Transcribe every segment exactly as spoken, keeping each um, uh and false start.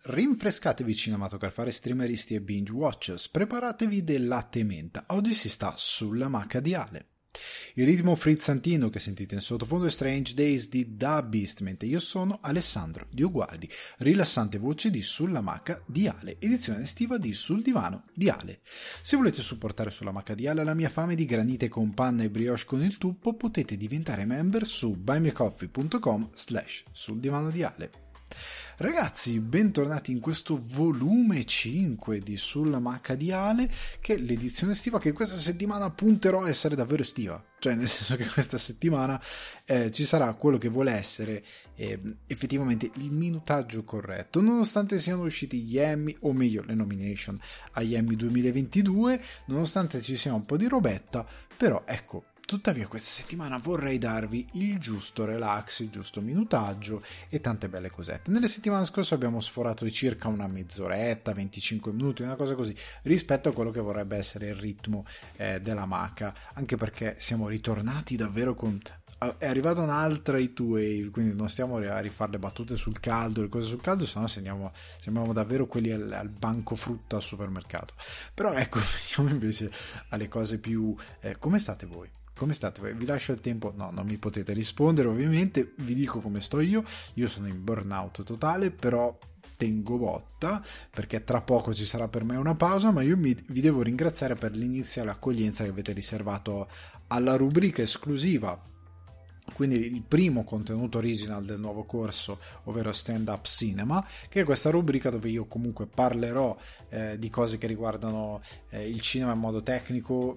Rinfrescatevi cinematografari, streameristi e binge watchers, preparatevi del latte e menta. Oggi si sta sulla macca di Ale. Il ritmo frizzantino che sentite in sottofondo è Strange Days di Da Beast, mentre io sono Alessandro Dioguardi, rilassante voce di Sulla Macca di Ale, edizione estiva di Sul Divano di Ale. Se volete supportare Sulla Macca di Ale la mia fame di granite con panna e brioche con il tuppo, potete diventare member su buymeacoffee.com slash sul divano di Ale. Ragazzi, bentornati in questo volume cinque di Sulla Macca di Ale, che è l'edizione estiva che questa settimana punterò a essere davvero estiva, cioè nel senso che questa settimana eh, ci sarà quello che vuole essere eh, effettivamente il minutaggio corretto, nonostante siano usciti gli Emmy, o meglio le nomination agli Emmy duemilaventidue, nonostante ci sia un po' di robetta, però ecco, tuttavia questa settimana vorrei darvi il giusto relax, il giusto minutaggio e tante belle cosette. Nelle settimane scorse abbiamo sforato di circa una mezz'oretta, venticinque minuti, una cosa così, rispetto a quello che vorrebbe essere il ritmo eh, della Macca, anche perché siamo ritornati davvero con... è arrivata un'altra heat wave, quindi non stiamo a rifare le battute sul caldo, le cose sul caldo, sennò sembriamo, sembriamo davvero quelli al, al banco frutta al supermercato. Però ecco, veniamo invece alle cose più... Eh, come state voi? Come state voi? Vi lascio il tempo, no, non mi potete rispondere ovviamente, vi dico come sto io, io sono in burnout totale, però tengo botta, perché tra poco ci sarà per me una pausa, ma io mi, vi devo ringraziare per l'iniziale accoglienza che avete riservato alla rubrica esclusiva, quindi il primo contenuto original del nuovo corso, ovvero Stand Up Cinema, che è questa rubrica dove io comunque parlerò eh, di cose che riguardano eh, il cinema in modo tecnico,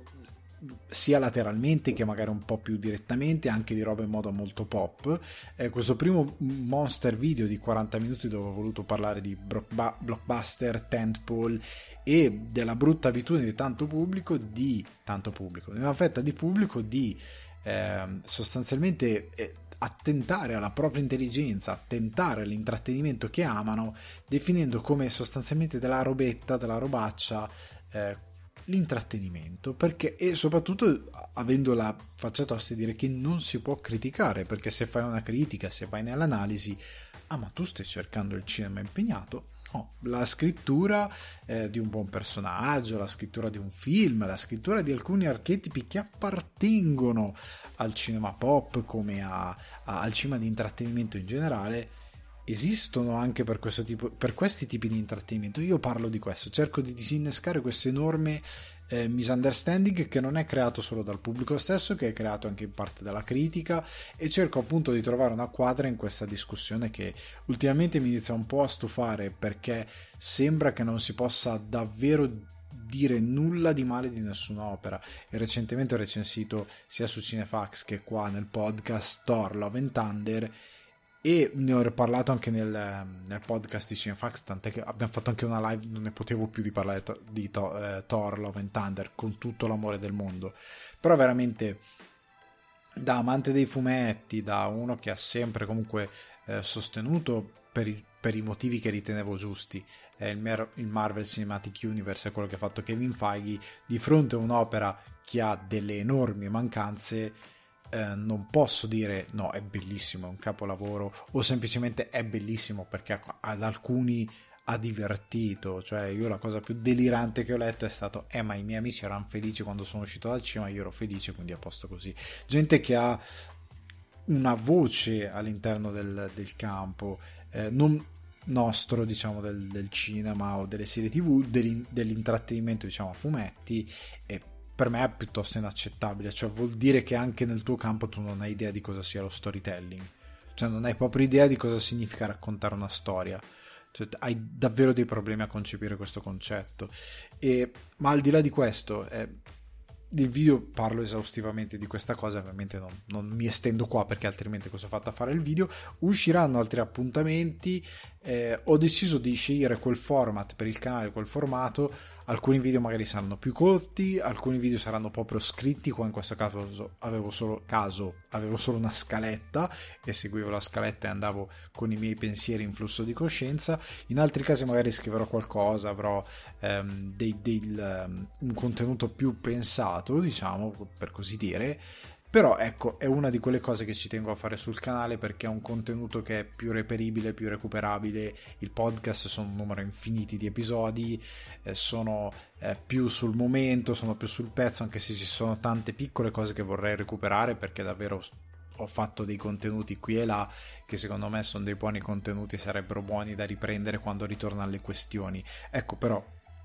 sia lateralmente che magari un po' più direttamente, anche di roba in modo molto pop. Eh, questo primo monster video di quaranta minuti dove ho voluto parlare di blockbuster, tentpole e della brutta abitudine di tanto pubblico, di tanto pubblico, di una fetta di pubblico di eh, sostanzialmente eh, attentare alla propria intelligenza, attentare all'intrattenimento che amano, definendo come sostanzialmente della robetta, della robaccia, eh, l'intrattenimento, perché e soprattutto avendo la faccia tosta di dire che non si può criticare, perché se fai una critica, se vai nell'analisi, ah ma tu stai cercando il cinema impegnato? No, la scrittura eh, di un buon personaggio, la scrittura di un film, la scrittura di alcuni archetipi che appartengono al cinema pop come a, a, al cinema di intrattenimento in generale, esistono anche per questo tipo, per questi tipi di intrattenimento. Io parlo di questo, cerco di disinnescare questo enorme eh, misunderstanding che non è creato solo dal pubblico stesso, che è creato anche in parte dalla critica, e cerco appunto di trovare una quadra in questa discussione che ultimamente mi inizia un po' a stufare, perché sembra che non si possa davvero dire nulla di male di nessuna opera. E recentemente ho recensito sia su Cinefax che qua nel podcast Thor Love and Thunder, e ne ho parlato anche nel, nel podcast di Cinefax, tant'è che abbiamo fatto anche una live, non ne potevo più di parlare to, di to, eh, Thor Love and Thunder con tutto l'amore del mondo. Però veramente, da amante dei fumetti, da uno che ha sempre comunque eh, sostenuto per i, per i motivi che ritenevo giusti eh, il, Mer- il Marvel Cinematic Universe, è quello che ha fatto Kevin Feige, di fronte a un'opera che ha delle enormi mancanze, Eh, non posso dire no, è bellissimo, è un capolavoro, o semplicemente è bellissimo perché ad alcuni ha divertito. Cioè, io la cosa più delirante che ho letto è stato eh ma i miei amici erano felici quando sono uscito dal cinema, io ero felice, quindi a posto così. Gente che ha una voce all'interno del, del campo eh, non nostro, diciamo, del, del cinema o delle serie tv, dell'intrattenimento, diciamo, a fumetti, e per me è piuttosto inaccettabile. Cioè, vuol dire che anche nel tuo campo tu non hai idea di cosa sia lo storytelling, cioè non hai proprio idea di cosa significa raccontare una storia, cioè, hai davvero dei problemi a concepire questo concetto. E ma al di là di questo, eh, il video parlo esaustivamente di questa cosa, ovviamente non, non mi estendo qua perché altrimenti cosa ho fatto a fare il video. Usciranno altri appuntamenti, eh, ho deciso di scegliere quel format per il canale, quel formato. Alcuni video magari saranno più corti, alcuni video saranno proprio scritti. Qua in questo caso avevo solo, caso, avevo solo una scaletta e seguivo la scaletta e andavo con i miei pensieri in flusso di coscienza. In altri casi magari scriverò qualcosa, avrò ehm, dei, dei, um, un contenuto più pensato, diciamo, per così dire. Però ecco, è una di quelle cose che ci tengo a fare sul canale perché è un contenuto che è più reperibile, più recuperabile. Il podcast sono un numero infiniti di episodi, eh, sono eh, più sul momento, sono più sul pezzo, anche se ci sono tante piccole cose che vorrei recuperare perché davvero ho fatto dei contenuti qui e là che secondo me sono dei buoni contenuti, sarebbero buoni da riprendere quando ritorno alle questioni. Ecco, però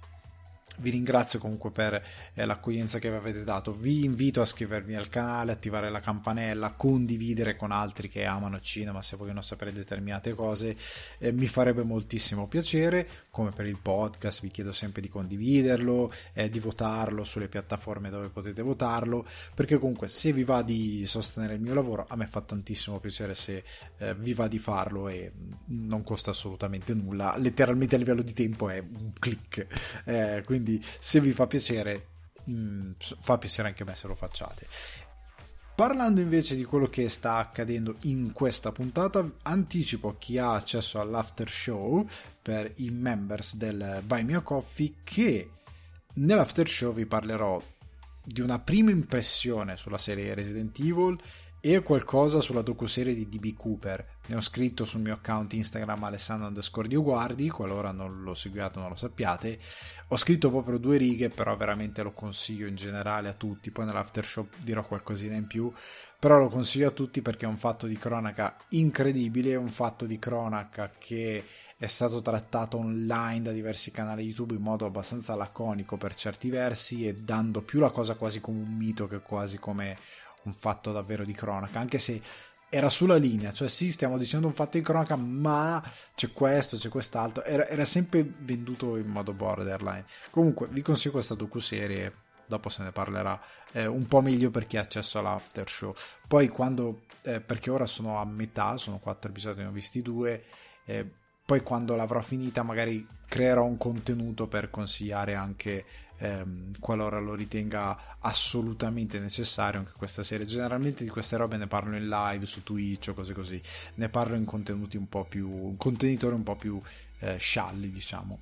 vi ringrazio comunque per eh, l'accoglienza che vi avete dato. Vi invito a iscrivervi al canale, attivare la campanella, condividere con altri che amano il cinema se vogliono sapere determinate cose, eh, mi farebbe moltissimo piacere. Come per il podcast vi chiedo sempre di condividerlo, eh, di votarlo sulle piattaforme dove potete votarlo, perché comunque se vi va di sostenere il mio lavoro a me fa tantissimo piacere se eh, vi va di farlo e non costa assolutamente nulla, letteralmente a livello di tempo è un click, eh, quindi quindi se vi fa piacere mh, fa piacere anche a me se lo facciate. Parlando invece di quello che sta accadendo in questa puntata, anticipo a chi ha accesso all'after show per i members del Buy Me a Coffee che nell'after show vi parlerò di una prima impressione sulla serie Resident Evil e qualcosa sulla docuserie di D B Cooper. Ne ho scritto sul mio account Instagram Alessandro underscore Dioguardi, qualora non lo seguiate o non lo sappiate. Ho scritto proprio due righe, però veramente lo consiglio in generale a tutti. Poi nell'after show dirò qualcosina in più, però lo consiglio a tutti perché è un fatto di cronaca incredibile, è un fatto di cronaca che è stato trattato online da diversi canali YouTube in modo abbastanza laconico per certi versi e dando più la cosa quasi come un mito che quasi come un fatto davvero di cronaca, anche se era sulla linea, cioè sì, stiamo dicendo un fatto di cronaca, ma c'è questo, c'è quest'altro, era, era sempre venduto in modo borderline. Comunque vi consiglio questa docuserie, dopo se ne parlerà eh, un po' meglio per chi ha accesso all'after show. Poi quando, eh, perché ora sono a metà, sono quattro episodi, ne ho visti due, eh, poi quando l'avrò finita magari creerò un contenuto per consigliare anche ehm, qualora lo ritenga assolutamente necessario anche questa serie. Generalmente di queste robe ne parlo in live su Twitch o cose così, ne parlo in contenuti un po' più, un contenitore un po' più eh, scialli, diciamo.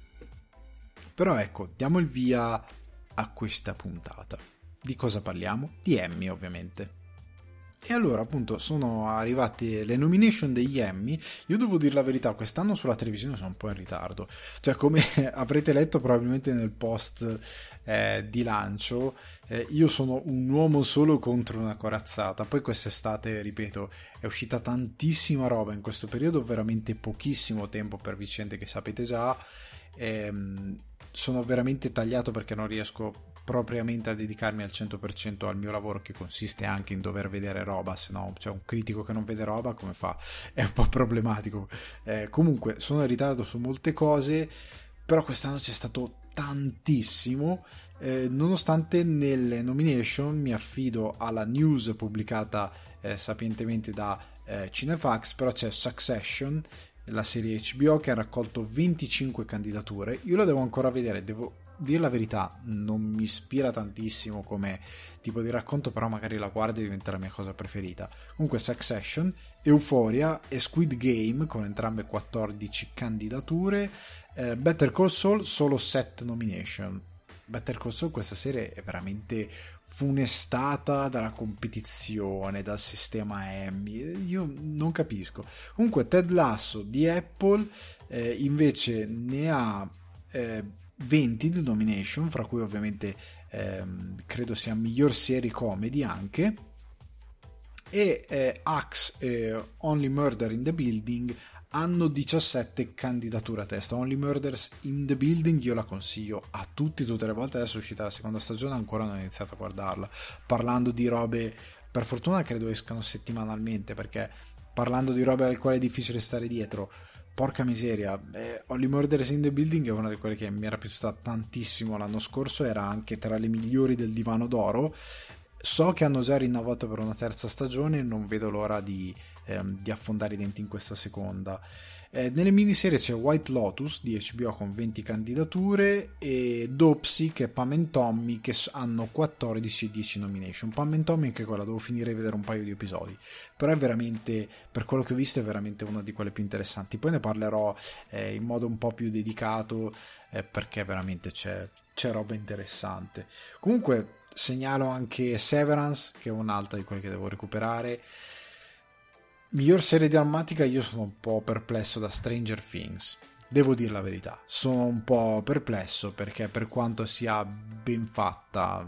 Però ecco, diamo il via a questa puntata. Di cosa parliamo? Di Emmy, ovviamente. E allora appunto sono arrivate le nomination degli Emmy. Io devo dire la verità, quest'anno sulla televisione sono un po' in ritardo, cioè come avrete letto probabilmente nel post eh, di lancio, eh, io sono un uomo solo contro una corazzata. Poi quest'estate, ripeto, è uscita tantissima roba, in questo periodo veramente pochissimo tempo per vicende che sapete già. ehm, sono veramente tagliato perché non riesco propriamente a dedicarmi al cento per cento al mio lavoro, che consiste anche in dover vedere roba, se no c'è un critico che non vede roba come fa? È un po' problematico. Eh, comunque sono in ritardo su molte cose, però quest'anno c'è stato tantissimo, eh, nonostante nelle nomination mi affido alla news pubblicata eh, sapientemente da eh, Cinefax, però c'è Succession, la serie H B O, che ha raccolto venticinque candidature. Io la devo ancora vedere, devo dire la verità, non mi ispira tantissimo come tipo di racconto, però magari la guardo e diventa la mia cosa preferita. Comunque Succession, Euphoria e Squid Game con entrambe quattordici candidature, eh, Better Call Saul solo sette nomination. Better Call Saul, questa serie è veramente funestata dalla competizione, dal sistema Emmy, io non capisco. Comunque Ted Lasso di Apple eh, invece ne ha eh, venti di nomination, fra cui ovviamente ehm, credo sia miglior serie comedy anche, e eh, Axe e Only Murder in the Building hanno diciassette candidature a testa. Only Murders in the Building io la consiglio a tutti tutte le volte. Adesso è uscita la seconda stagione, ancora non ho iniziato a guardarla. Parlando di robe, per fortuna credo escano settimanalmente, perché parlando di robe al quale è difficile stare dietro, porca miseria, eh, Only Murders in the Building è una di quelle che mi era piaciuta tantissimo l'anno scorso, era anche tra le migliori del Divano d'Oro. So che hanno già rinnovato per una terza stagione e non vedo l'ora di, ehm, di affondare i denti in questa seconda. Eh, nelle miniserie c'è White Lotus di H B O con venti candidature e Dopsy che è Pam and Tommy, che hanno quattordici e dieci nomination. Pam and Tommy anche quella, devo finire di vedere un paio di episodi, però è veramente, per quello che ho visto, è veramente una di quelle più interessanti. Poi ne parlerò eh, in modo un po' più dedicato eh, perché veramente c'è, c'è roba interessante. Comunque segnalo anche Severance, che è un'altra di quelle che devo recuperare. Miglior serie drammatica, io sono un po' perplesso da Stranger Things, devo dire la verità, sono un po' perplesso perché per quanto sia ben fatta,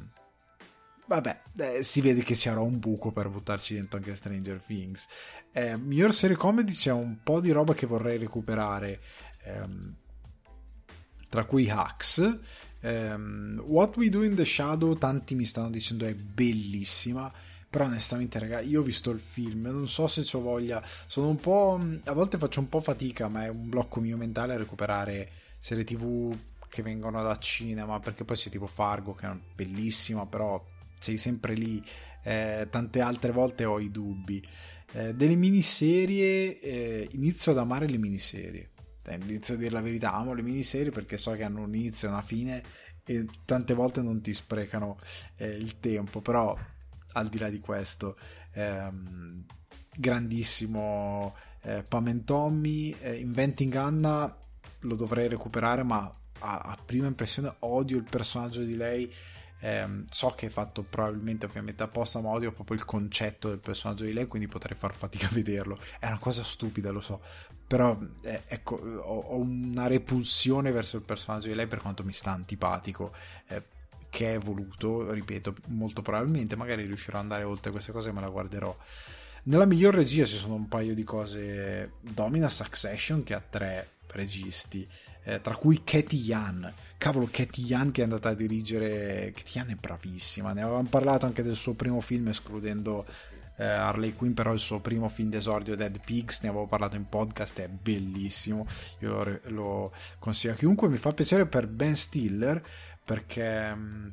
vabbè, eh, si vede che c'era un buco per buttarci dentro anche Stranger Things. Eh, miglior serie comedy, c'è un po' di roba che vorrei recuperare, ehm, tra cui Hacks. Um, What We Do in the Shadow, tanti mi stanno dicendo è bellissima, però onestamente raga, io ho visto il film, non so se c'ho voglia, sono un po', a volte faccio un po' fatica, ma è un blocco mio mentale a recuperare serie tv che vengono da cinema, perché poi c'è tipo Fargo che è bellissima, però sei sempre lì, eh, tante altre volte ho i dubbi. Eh, delle miniserie, eh, inizio ad amare le miniserie. Inizio a dire la verità, amo le miniserie perché so che hanno un inizio e una fine e tante volte non ti sprecano eh, il tempo, però al di là di questo, ehm, grandissimo eh, Pam and Tommy, eh, Inventing Anna lo dovrei recuperare, ma a, a prima impressione odio il personaggio di lei. Eh, so che è fatto probabilmente ovviamente apposta, ma odio proprio il concetto del personaggio di lei, quindi potrei far fatica a vederlo. È una cosa stupida, lo so, però eh, ecco, ho, ho una repulsione verso il personaggio di lei, per quanto mi sta antipatico, eh, che è voluto, ripeto, molto probabilmente. Magari riuscirò ad andare oltre queste cose e me la guarderò. Nella miglior regia ci sono un paio di cose. Domina Succession, che ha tre registi, eh, tra cui Cathy Yan. Cavolo, Cathy Yan che è andata a dirigere. Cathy Yan è bravissima, ne avevamo parlato anche del suo primo film, escludendo eh, Harley Quinn, però il suo primo film d'esordio, Dead Pigs, ne avevo parlato in podcast, è bellissimo, io lo, lo consiglio a chiunque. Mi fa piacere per Ben Stiller perché mh,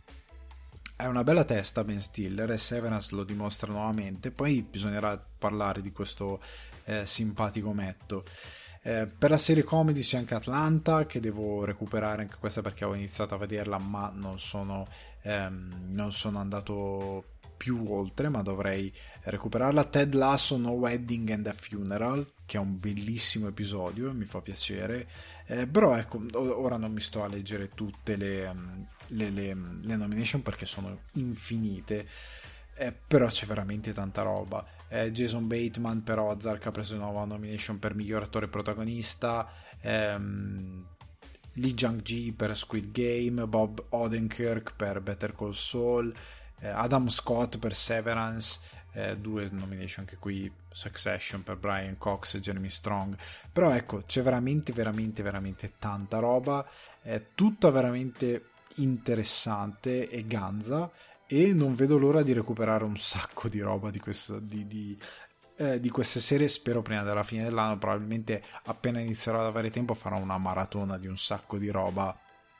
è una bella testa Ben Stiller, e Severance lo dimostra nuovamente. Poi bisognerà parlare di questo eh, simpatico metto. Eh, per la serie comedy c'è anche Atlanta, che devo recuperare anche questa perché avevo iniziato a vederla, ma non sono, ehm, non sono andato più oltre, ma dovrei recuperarla. Ted Lasso, No Wedding and a Funeral, che è un bellissimo episodio, mi fa piacere, eh, però ecco, ora non mi sto a leggere tutte le, le, le, le nomination perché sono infinite. Eh, però c'è veramente tanta roba. eh, Jason Bateman per Ozark ha preso una nuova nomination per miglior attore protagonista, ehm, Lee Jung-gi per Squid Game, Bob Odenkirk per Better Call Saul, eh, Adam Scott per Severance, eh, due nomination anche qui, Succession per Brian Cox e Jeremy Strong. Però ecco, c'è veramente veramente veramente tanta roba, è tutta veramente interessante e ganza, e non vedo l'ora di recuperare un sacco di roba di, questo, di, di, eh, di queste serie. Spero prima della fine dell'anno, probabilmente appena inizierò ad avere tempo farò una maratona di un sacco di roba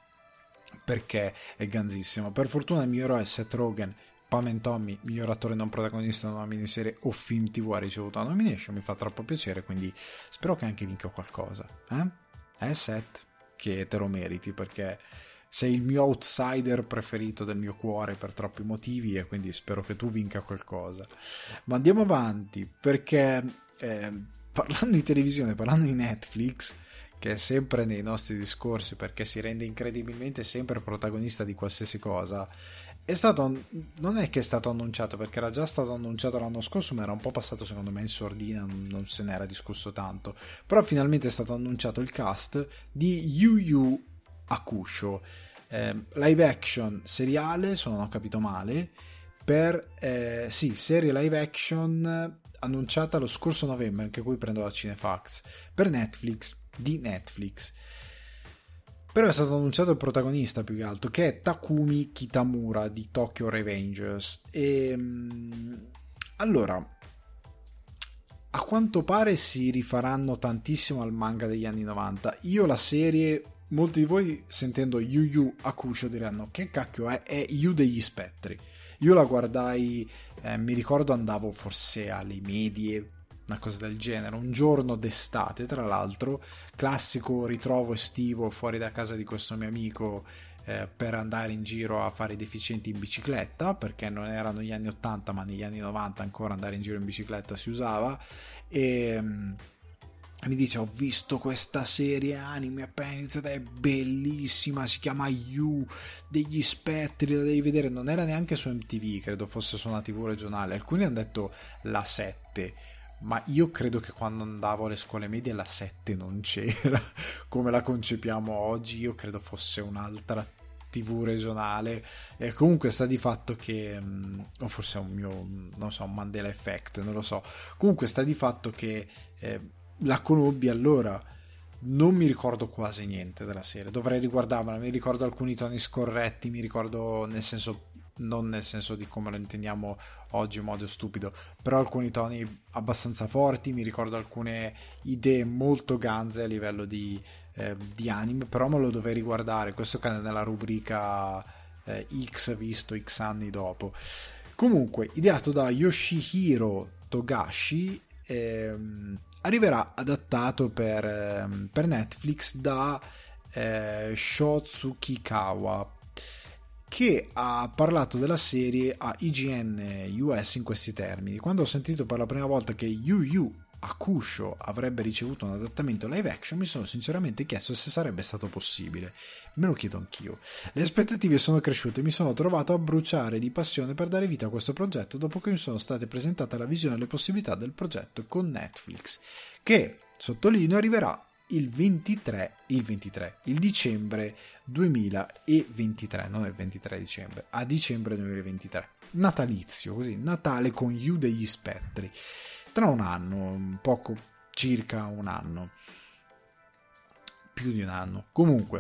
perché è ganzissimo. Per fortuna il mio eroe è Seth Rogen. Pam and Tommy, miglior attore non protagonista in una miniserie o film tv, ha ricevuto una nomination, mi fa troppo piacere, quindi spero che anche vinca qualcosa. Eh, eh Seth, che te lo meriti, perché sei il mio outsider preferito del mio cuore per troppi motivi, e quindi spero che tu vinca qualcosa. Ma andiamo avanti, perché eh, parlando di televisione, parlando di Netflix, che è sempre nei nostri discorsi perché si rende incredibilmente sempre protagonista di qualsiasi cosa, è stato, non è che è stato annunciato, perché era già stato annunciato l'anno scorso, ma era un po' passato secondo me in sordina, non, non se n'era discusso tanto, però finalmente è stato annunciato il cast di Yu Yu Hakusho, eh, live action seriale, se non ho capito male, per eh, sì, serie live action annunciata lo scorso novembre, anche qui prendo la Cinefax, per Netflix, di Netflix. Però è stato annunciato il protagonista più che altro, che è Takumi Kitamura di Tokyo Revengers. E allora, a quanto pare si rifaranno tantissimo al manga degli anni novanta. Io la serie, molti di voi sentendo Yu Yu Hakusho diranno che cacchio è, è Yu degli spettri. Io la guardai, eh, mi ricordo andavo forse alle medie, una cosa del genere, un giorno d'estate tra l'altro, classico ritrovo estivo fuori da casa di questo mio amico, eh, per andare in giro a fare i deficienti in bicicletta, perché non erano gli anni ottanta ma negli anni novanta ancora andare in giro in bicicletta si usava, e mi dice ho visto questa serie anime appena iniziata, è bellissima, si chiama You, degli spettri, la devi vedere. Non era neanche su M T V, credo fosse su una tivù regionale. Alcuni hanno detto la sette, ma io credo che quando andavo alle scuole medie la sette non c'era come la concepiamo oggi. Io credo fosse un'altra tivù regionale, e comunque sta di fatto che o forse è un mio, non so, un Mandela effect, non lo so. Comunque sta di fatto che eh, la conobbi allora. Non mi ricordo quasi niente della serie, dovrei riguardarmela. Mi ricordo alcuni toni scorretti, mi ricordo, nel senso, non nel senso di come lo intendiamo oggi in modo stupido, però alcuni toni abbastanza forti. Mi ricordo alcune idee molto ganze a livello di, eh, di anime, però me lo dovrei riguardare. Questo cade nella rubrica eh, X visto X anni dopo. Comunque, ideato da Yoshihiro Togashi, ehm, arriverà adattato per, ehm, per Netflix da eh, Shotsukikawa, che ha parlato della serie a I G N U S in questi termini: quando ho sentito per la prima volta che Yu Yu Hakusho avrebbe ricevuto un adattamento live action, mi sono sinceramente chiesto se sarebbe stato possibile. Me lo chiedo anch'io. Le aspettative sono cresciute e mi sono trovato a bruciare di passione per dare vita a questo progetto dopo che mi sono state presentate la visione e le possibilità del progetto con Netflix, che, sottolineo, arriverà il ventitré, il ventitré, il dicembre duemilaventitré, non il ventitré dicembre, a dicembre duemilaventitré. Natalizio, così, Natale con You degli spettri. Tra un anno, un poco, circa un anno, più di un anno. Comunque,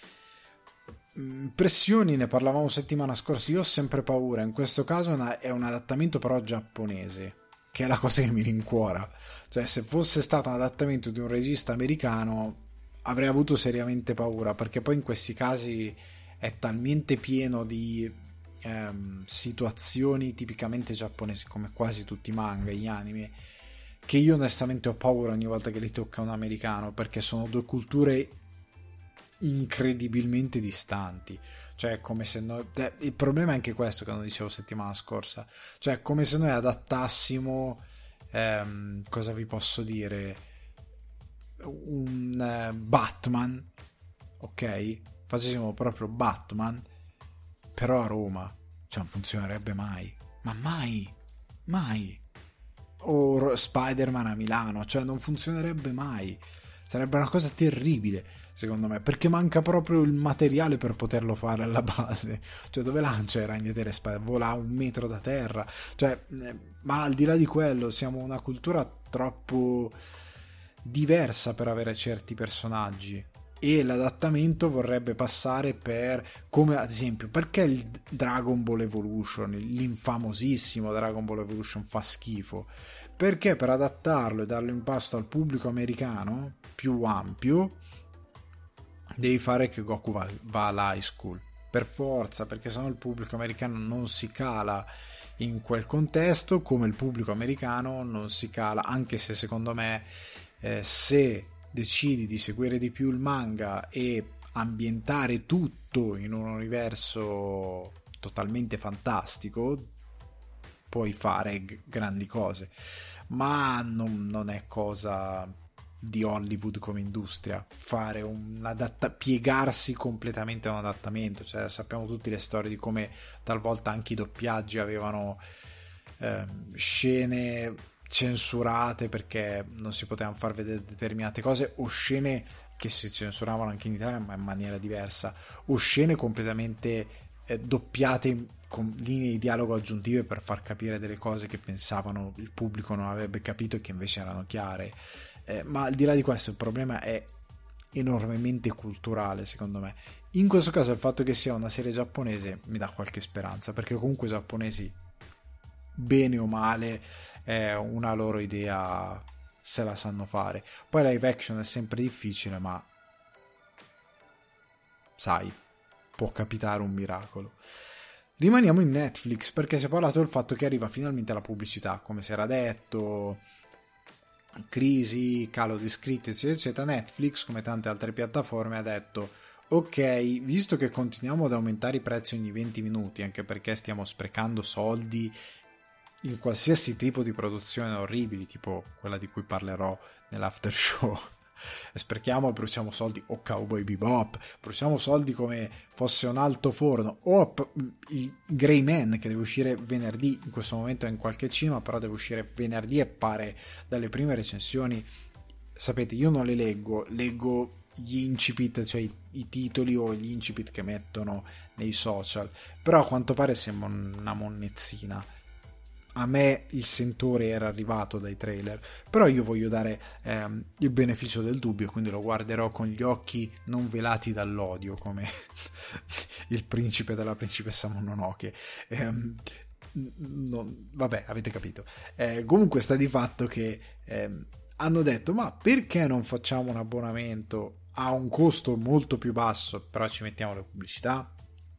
pressioni, ne parlavamo settimana scorsa. Io ho sempre paura, in questo caso è un adattamento però giapponese, che è la cosa che mi rincuora. Cioè, se fosse stato un adattamento di un regista americano avrei avuto seriamente paura, perché poi in questi casi è talmente pieno di Ehm, situazioni tipicamente giapponesi, come quasi tutti i manga e gli anime, che io onestamente ho paura ogni volta che li tocca un americano, perché sono due culture incredibilmente distanti. Cioè è come se noi, eh, il problema è anche questo che non dicevo settimana scorsa, cioè è come se noi adattassimo ehm, cosa vi posso dire, un eh, Batman, ok? Facessimo proprio Batman però a Roma, cioè non funzionerebbe mai, ma mai, mai. O Spider-Man a Milano, cioè non funzionerebbe mai. Sarebbe una cosa terribile, secondo me, perché manca proprio il materiale per poterlo fare alla base. Cioè, dove lancia il ragnatele Spider? Vola a un metro da terra. Cioè, ma al di là di quello, siamo una cultura troppo diversa per avere certi personaggi. E l'adattamento vorrebbe passare per, come ad esempio, perché il Dragon Ball Evolution, l'infamosissimo Dragon Ball Evolution fa schifo? Perché per adattarlo e darlo in pasto al pubblico americano più ampio devi fare che Goku va, va all'high school per forza, perché sennò il pubblico americano non si cala in quel contesto, come il pubblico americano non si cala, anche se secondo me eh, se decidi di seguire di più il manga e ambientare tutto in un universo totalmente fantastico, puoi fare g- grandi cose, ma non, non è cosa di Hollywood come industria fare un adatta- piegarsi completamente a un adattamento. Cioè, sappiamo tutte le storie di come talvolta anche i doppiaggi avevano eh, scene censurate perché non si potevano far vedere determinate cose, o scene che si censuravano anche in Italia ma in maniera diversa, o scene completamente eh, doppiate con linee di dialogo aggiuntive per far capire delle cose che pensavano il pubblico non avrebbe capito e che invece erano chiare. Eh, ma al di là di questo il problema è enormemente culturale, secondo me. In questo caso il fatto che sia una serie giapponese mi dà qualche speranza, perché comunque i giapponesi, bene o male, è una loro idea se la sanno fare. Poi live action è sempre difficile, ma sai, può capitare un miracolo. Rimaniamo in Netflix, perché si è parlato del fatto che arriva finalmente la pubblicità, come si era detto, crisi, calo di iscritti eccetera eccetera. Netflix, come tante altre piattaforme, ha detto: ok, visto che continuiamo ad aumentare i prezzi ogni venti minuti, anche perché stiamo sprecando soldi in qualsiasi tipo di produzione orribili, tipo quella di cui parlerò nell'after show. Sprechiamo e bruciamo soldi, o Cowboy Bebop, bruciamo soldi come fosse un alto forno, o il Grey Man che deve uscire venerdì, in questo momento è in qualche cinema, però deve uscire venerdì e pare dalle prime recensioni, sapete, io non le leggo, leggo gli incipit, cioè i, i titoli o gli incipit che mettono nei social, però a quanto pare sembra una monnezzina. A me il sentore era arrivato dai trailer, però io voglio dare ehm, il beneficio del dubbio, quindi lo guarderò con gli occhi non velati dall'odio, come il principe della principessa Mononoke. Ehm, non, vabbè, avete capito. Eh, comunque sta di fatto che ehm, hanno detto, ma perché non facciamo un abbonamento a un costo molto più basso, però ci mettiamo le pubblicità?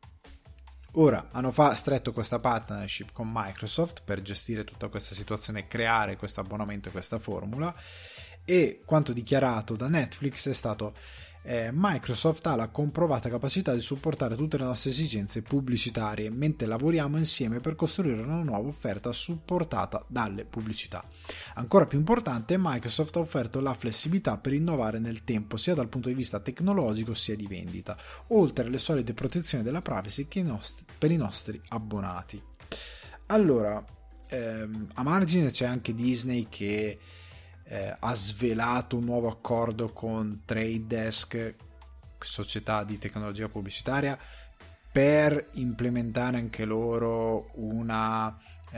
Ora hanno fa- stretto questa partnership con Microsoft per gestire tutta questa situazione e creare questo abbonamento e questa formula, e quanto dichiarato da Netflix è stato eh, Microsoft ha la comprovata capacità di supportare tutte le nostre esigenze pubblicitarie mentre lavoriamo insieme per costruire una nuova offerta supportata dalle pubblicità. Ancora più importante, Microsoft ha offerto la flessibilità per innovare nel tempo sia dal punto di vista tecnologico sia di vendita, oltre alle solite protezioni della privacy che i nostri, per i nostri abbonati. Allora, ehm, a margine c'è anche Disney che Eh, ha svelato un nuovo accordo con Trade Desk, società di tecnologia pubblicitaria, per implementare anche loro una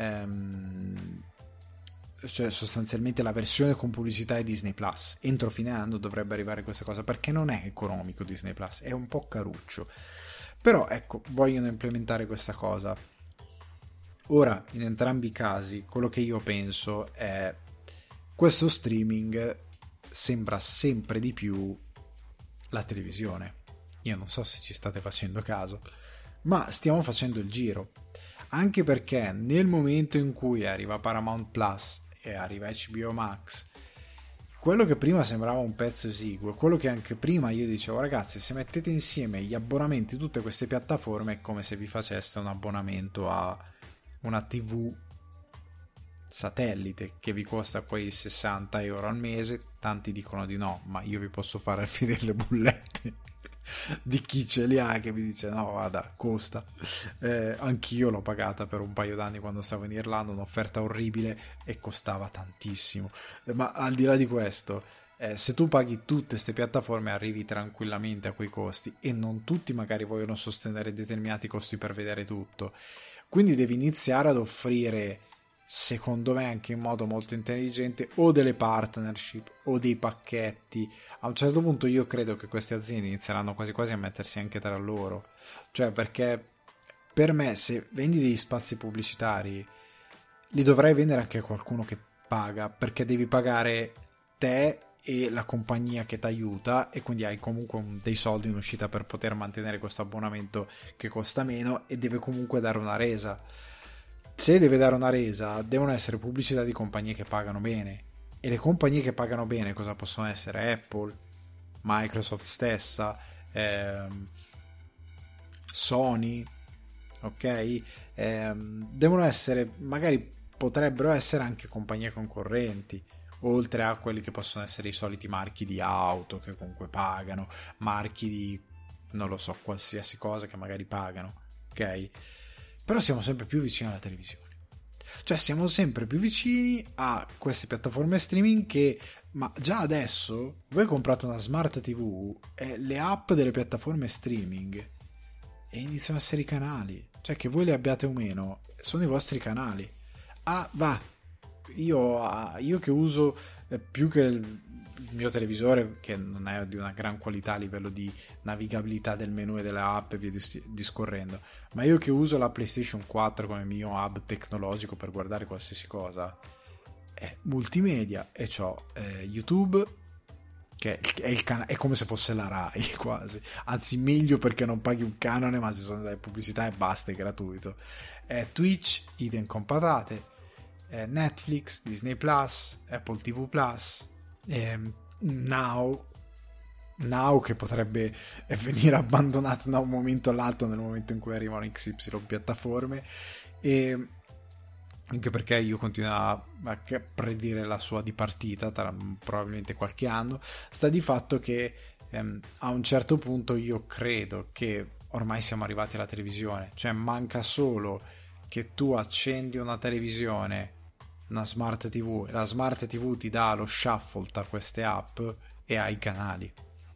ehm, cioè sostanzialmente la versione con pubblicità di Disney Plus. Entro fine anno dovrebbe arrivare questa cosa, perché non è economico Disney Plus, è un po' caruccio, però ecco, vogliono implementare questa cosa. Ora, in entrambi i casi, quello che io penso è questo streaming sembra sempre di più la televisione. Io non so se ci state facendo caso, ma stiamo facendo il giro. Anche perché nel momento in cui arriva Paramount Plus e arriva H B O Max, quello che prima sembrava un pezzo esiguo, quello che anche prima io dicevo, ragazzi, se mettete insieme gli abbonamenti di tutte queste piattaforme è come se vi faceste un abbonamento a una tivù satellite che vi costa quei sessanta euro al mese. Tanti dicono di no, ma io vi posso fare vedere le bollette di chi ce li ha che mi dice no, vada, costa. Eh, anch'io l'ho pagata per un paio d'anni quando stavo in Irlanda, un'offerta orribile e costava tantissimo. Eh, ma al di là di questo, eh, se tu paghi tutte queste piattaforme arrivi tranquillamente a quei costi, e non tutti magari vogliono sostenere determinati costi per vedere tutto, quindi devi iniziare ad offrire, secondo me anche in modo molto intelligente, o delle partnership o dei pacchetti. A un certo punto io credo che queste aziende inizieranno quasi quasi a mettersi anche tra loro, cioè perché per me se vendi degli spazi pubblicitari li dovrai vendere anche a qualcuno che paga, perché devi pagare te e la compagnia che ti aiuta, e quindi hai comunque dei soldi in uscita per poter mantenere questo abbonamento che costa meno e deve comunque dare una resa. Se deve dare una resa, devono essere pubblicità di compagnie che pagano bene. E le compagnie che pagano bene cosa possono essere? Apple, Microsoft stessa, ehm, Sony, ok? Ehm, devono essere, magari potrebbero essere anche compagnie concorrenti, oltre a quelli che possono essere i soliti marchi di auto che comunque pagano, marchi di, non lo so, qualsiasi cosa che magari pagano, ok? Però siamo sempre più vicini alla televisione, cioè siamo sempre più vicini a queste piattaforme streaming che, ma già adesso voi comprate una smart tivù e le app delle piattaforme streaming e iniziano a essere i canali, cioè che voi le abbiate o meno sono i vostri canali. Ah, va, io, io che uso più che il il mio televisore, che non è di una gran qualità a livello di navigabilità del menu e delle app e via discorrendo, ma io che uso la PlayStation quattro come mio hub tecnologico per guardare qualsiasi cosa, è multimedia, e c'ho eh, YouTube che è, il can- è come se fosse la Rai quasi, anzi meglio perché non paghi un canone ma ci sono delle pubblicità e basta, è gratuito. eh, Twitch, idem con patate, eh, Netflix, Disney Plus, Apple T V Plus, Eh, Now Now che potrebbe venire abbandonato da un momento all'altro nel momento in cui arrivano X Y piattaforme, e anche perché io continuo a, a predire la sua dipartita tra probabilmente qualche anno. Sta di fatto che ehm, a un certo punto io credo che ormai siamo arrivati alla televisione, cioè manca solo che tu accendi una televisione, una smart tivù, e la smart tivù ti dà lo shuffle tra queste app e hai i canali.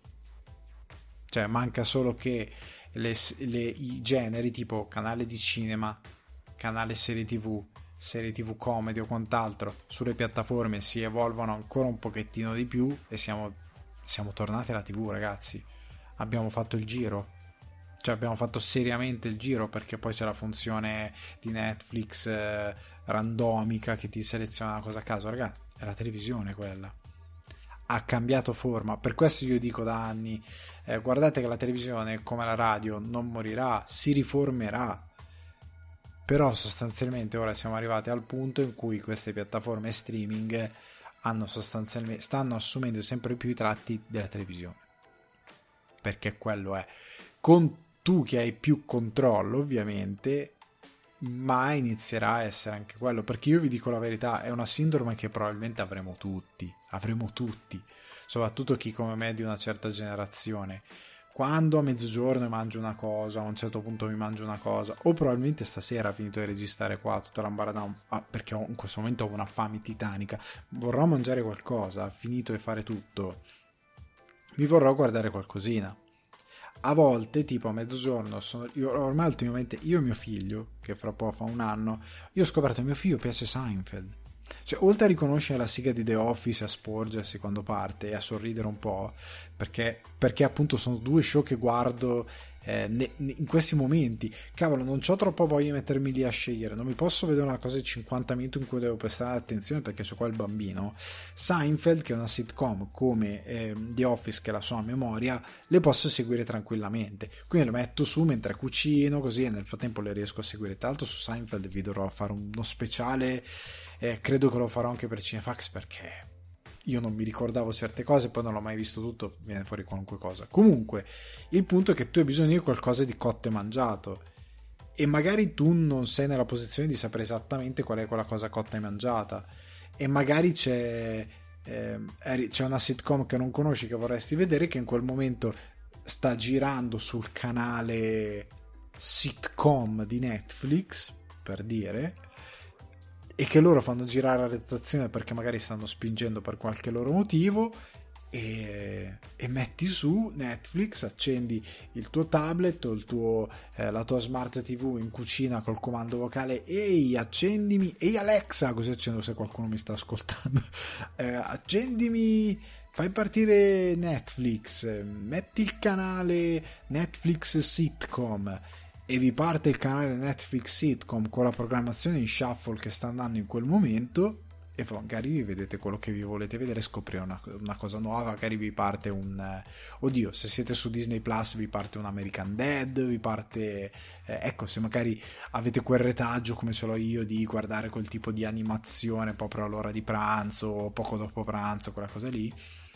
Cioè manca solo che le, le, i generi tipo canale di cinema, canale serie tivù, serie tivù comedy o quant'altro sulle piattaforme si evolvono ancora un pochettino di più e siamo, siamo tornati alla tivù, ragazzi. Abbiamo fatto il giro, cioè abbiamo fatto seriamente il giro, perché poi c'è la funzione di Netflix eh, randomica che ti seleziona una cosa a caso. Ragazzi, è la televisione quella, ha cambiato forma. Per questo io dico da anni eh, guardate che la televisione, come la radio, non morirà, si riformerà. Però sostanzialmente ora siamo arrivati al punto in cui queste piattaforme streaming hanno sostanzialmente, stanno assumendo sempre più i tratti della televisione, perché quello è, con tu che hai più controllo ovviamente, ma inizierà a essere anche quello, perché io vi dico la verità, è una sindrome che probabilmente avremo tutti avremo tutti, soprattutto chi come me è di una certa generazione. Quando a mezzogiorno mangio una cosa, a un certo punto mi mangio una cosa, o probabilmente stasera, finito di registrare qua tutta l'ambaradam, ah, perché ho, in questo momento ho una fame titanica, vorrò mangiare qualcosa, finito di fare tutto, mi vorrò guardare qualcosina. A volte, tipo a mezzogiorno, sono, io, ormai ultimamente, io e mio figlio, che fra poco fa un anno, io ho scoperto che mio figlio piace Seinfeld. Cioè, oltre a riconoscere la sigla di The Office, a sporgersi quando parte e a sorridere un po', perché, perché appunto sono due show che guardo eh, ne, ne, in questi momenti. Cavolo, non c'ho troppa voglia di mettermi lì a scegliere, non mi posso vedere una cosa di cinquanta minuti in cui devo prestare attenzione perché c'è qua il bambino. Seinfeld, che è una sitcom come eh, The Office, che è la sua memoria, le posso seguire tranquillamente, quindi le metto su mentre cucino, così, e nel frattempo le riesco a seguire. Tra l'altro su Seinfeld vi dovrò fare uno speciale. Eh, credo che lo farò anche per Cinefax, perché io non mi ricordavo certe cose, poi non l'ho mai visto tutto, viene fuori qualunque cosa. Comunque il punto è che tu hai bisogno di qualcosa di cotto e mangiato, e magari tu non sei nella posizione di sapere esattamente qual è quella cosa cotta e mangiata, e magari c'è, eh, c'è una sitcom che non conosci, che vorresti vedere, che in quel momento sta girando sul canale sitcom di Netflix, per dire, e che loro fanno girare la rotazione perché magari stanno spingendo per qualche loro motivo, e, e metti su Netflix, accendi il tuo tablet o il tuo, eh, la tua smart tivù in cucina col comando vocale: ehi accendimi, ehi Alexa, così accendo se qualcuno mi sta ascoltando, eh, accendimi, fai partire Netflix, metti il canale Netflix sitcom, e vi parte il canale Netflix sitcom con la programmazione in shuffle che sta andando in quel momento, e magari vi vedete quello che vi volete vedere, scoprire una, una cosa nuova. Magari vi parte un eh, oddio, se siete su Disney Plus vi parte un American Dad, vi parte eh, ecco, se magari avete quel retaggio come ce l'ho io di guardare quel tipo di animazione proprio all'ora di pranzo o poco dopo pranzo, quella cosa lì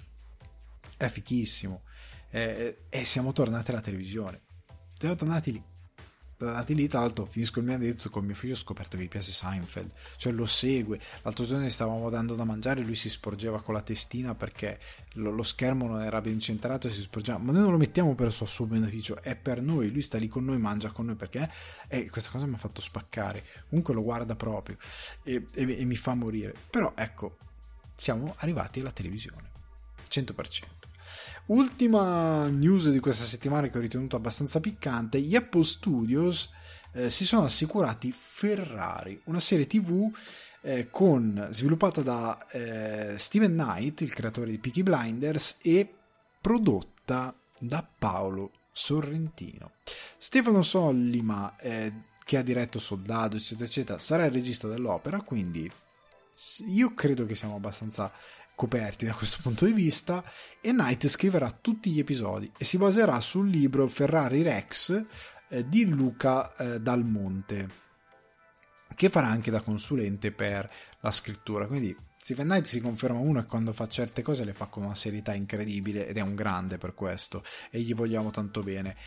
è fichissimo. Eh, e siamo tornati alla televisione, siamo tornati lì tornati lì. Tra l'altro finisco il mio aneddoto con mio figlio, ho scoperto che gli piace Seinfeld, cioè lo segue. L'altro giorno gli stavamo dando da mangiare, lui si sporgeva con la testina perché lo, lo schermo non era ben centrato e si sporgeva, ma noi non lo mettiamo per il suo, suo beneficio, è per noi, lui sta lì con noi, mangia con noi, perché e questa cosa mi ha fatto spaccare. Comunque lo guarda proprio e, e, e mi fa morire. Però ecco, siamo arrivati alla televisione cento per cento. Ultima news di questa settimana che ho ritenuto abbastanza piccante: gli Apple Studios eh, si sono assicurati Ferrari, una serie tv eh, con, sviluppata da eh, Steven Knight, il creatore di Peaky Blinders, e prodotta da Paolo Sorrentino. Stefano Sollima, eh, che ha diretto Soldado eccetera eccetera, sarà il regista dell'opera, quindi io credo che siamo abbastanza coperti da questo punto di vista. E Knight scriverà tutti gli episodi e si baserà sul libro Ferrari Rex eh, di Luca eh, Dal Monte, che farà anche da consulente per la scrittura. Quindi Stephen Knight si conferma uno e quando fa certe cose le fa con una serietà incredibile, ed è un grande per questo e gli vogliamo tanto bene.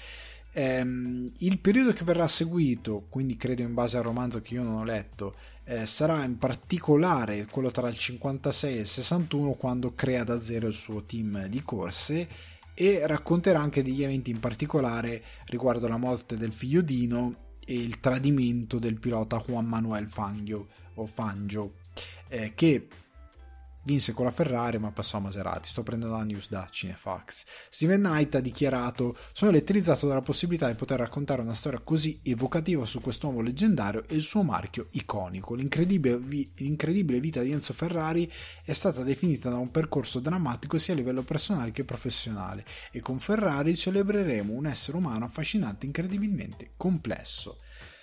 Ehm, il periodo che verrà seguito, quindi credo in base al romanzo che io non ho letto, eh, sarà in particolare quello tra il cinquantasei e il sessantuno, quando crea da zero il suo team di corse, e racconterà anche degli eventi in particolare riguardo la morte del figlio Dino e il tradimento del pilota Juan Manuel Fangio, o Fangio, eh, che vinse con la Ferrari ma passò a Maserati. Sto prendendo la news da Cinefax. Steven Knight ha dichiarato: sono elettrizzato dalla possibilità di poter raccontare una storia così evocativa su quest'uomo leggendario e il suo marchio iconico. L'incredibile, vi- l'incredibile vita di Enzo Ferrari è stata definita da un percorso drammatico sia a livello personale che professionale, e con Ferrari celebreremo un essere umano affascinante e incredibilmente complesso.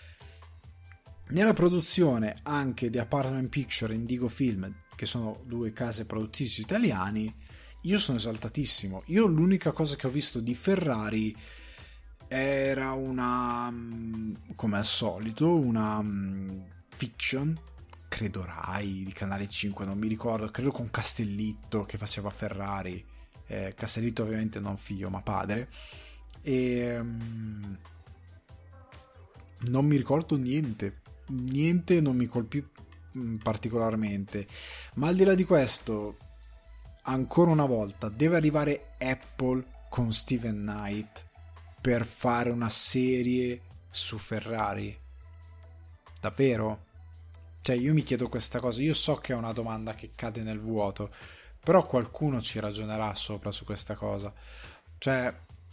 Nella produzione anche di Apartment Picture e Indigo Film, che sono due case produttrici italiani, io sono esaltatissimo. Io l'unica cosa che ho visto di Ferrari era una, come al solito, una fiction, credo Rai, di Canale cinque, non mi ricordo, credo con Castellitto che faceva Ferrari, eh, Castellitto ovviamente non figlio ma padre, e um, non mi ricordo niente. Niente, non mi colpì particolarmente, ma al di là di questo, ancora una volta deve arrivare Apple con Steven Knight per fare una serie su Ferrari? Davvero? Cioè, io mi chiedo questa cosa. Io so che è una domanda che cade nel vuoto, però qualcuno ci ragionerà sopra su questa cosa. Cioè,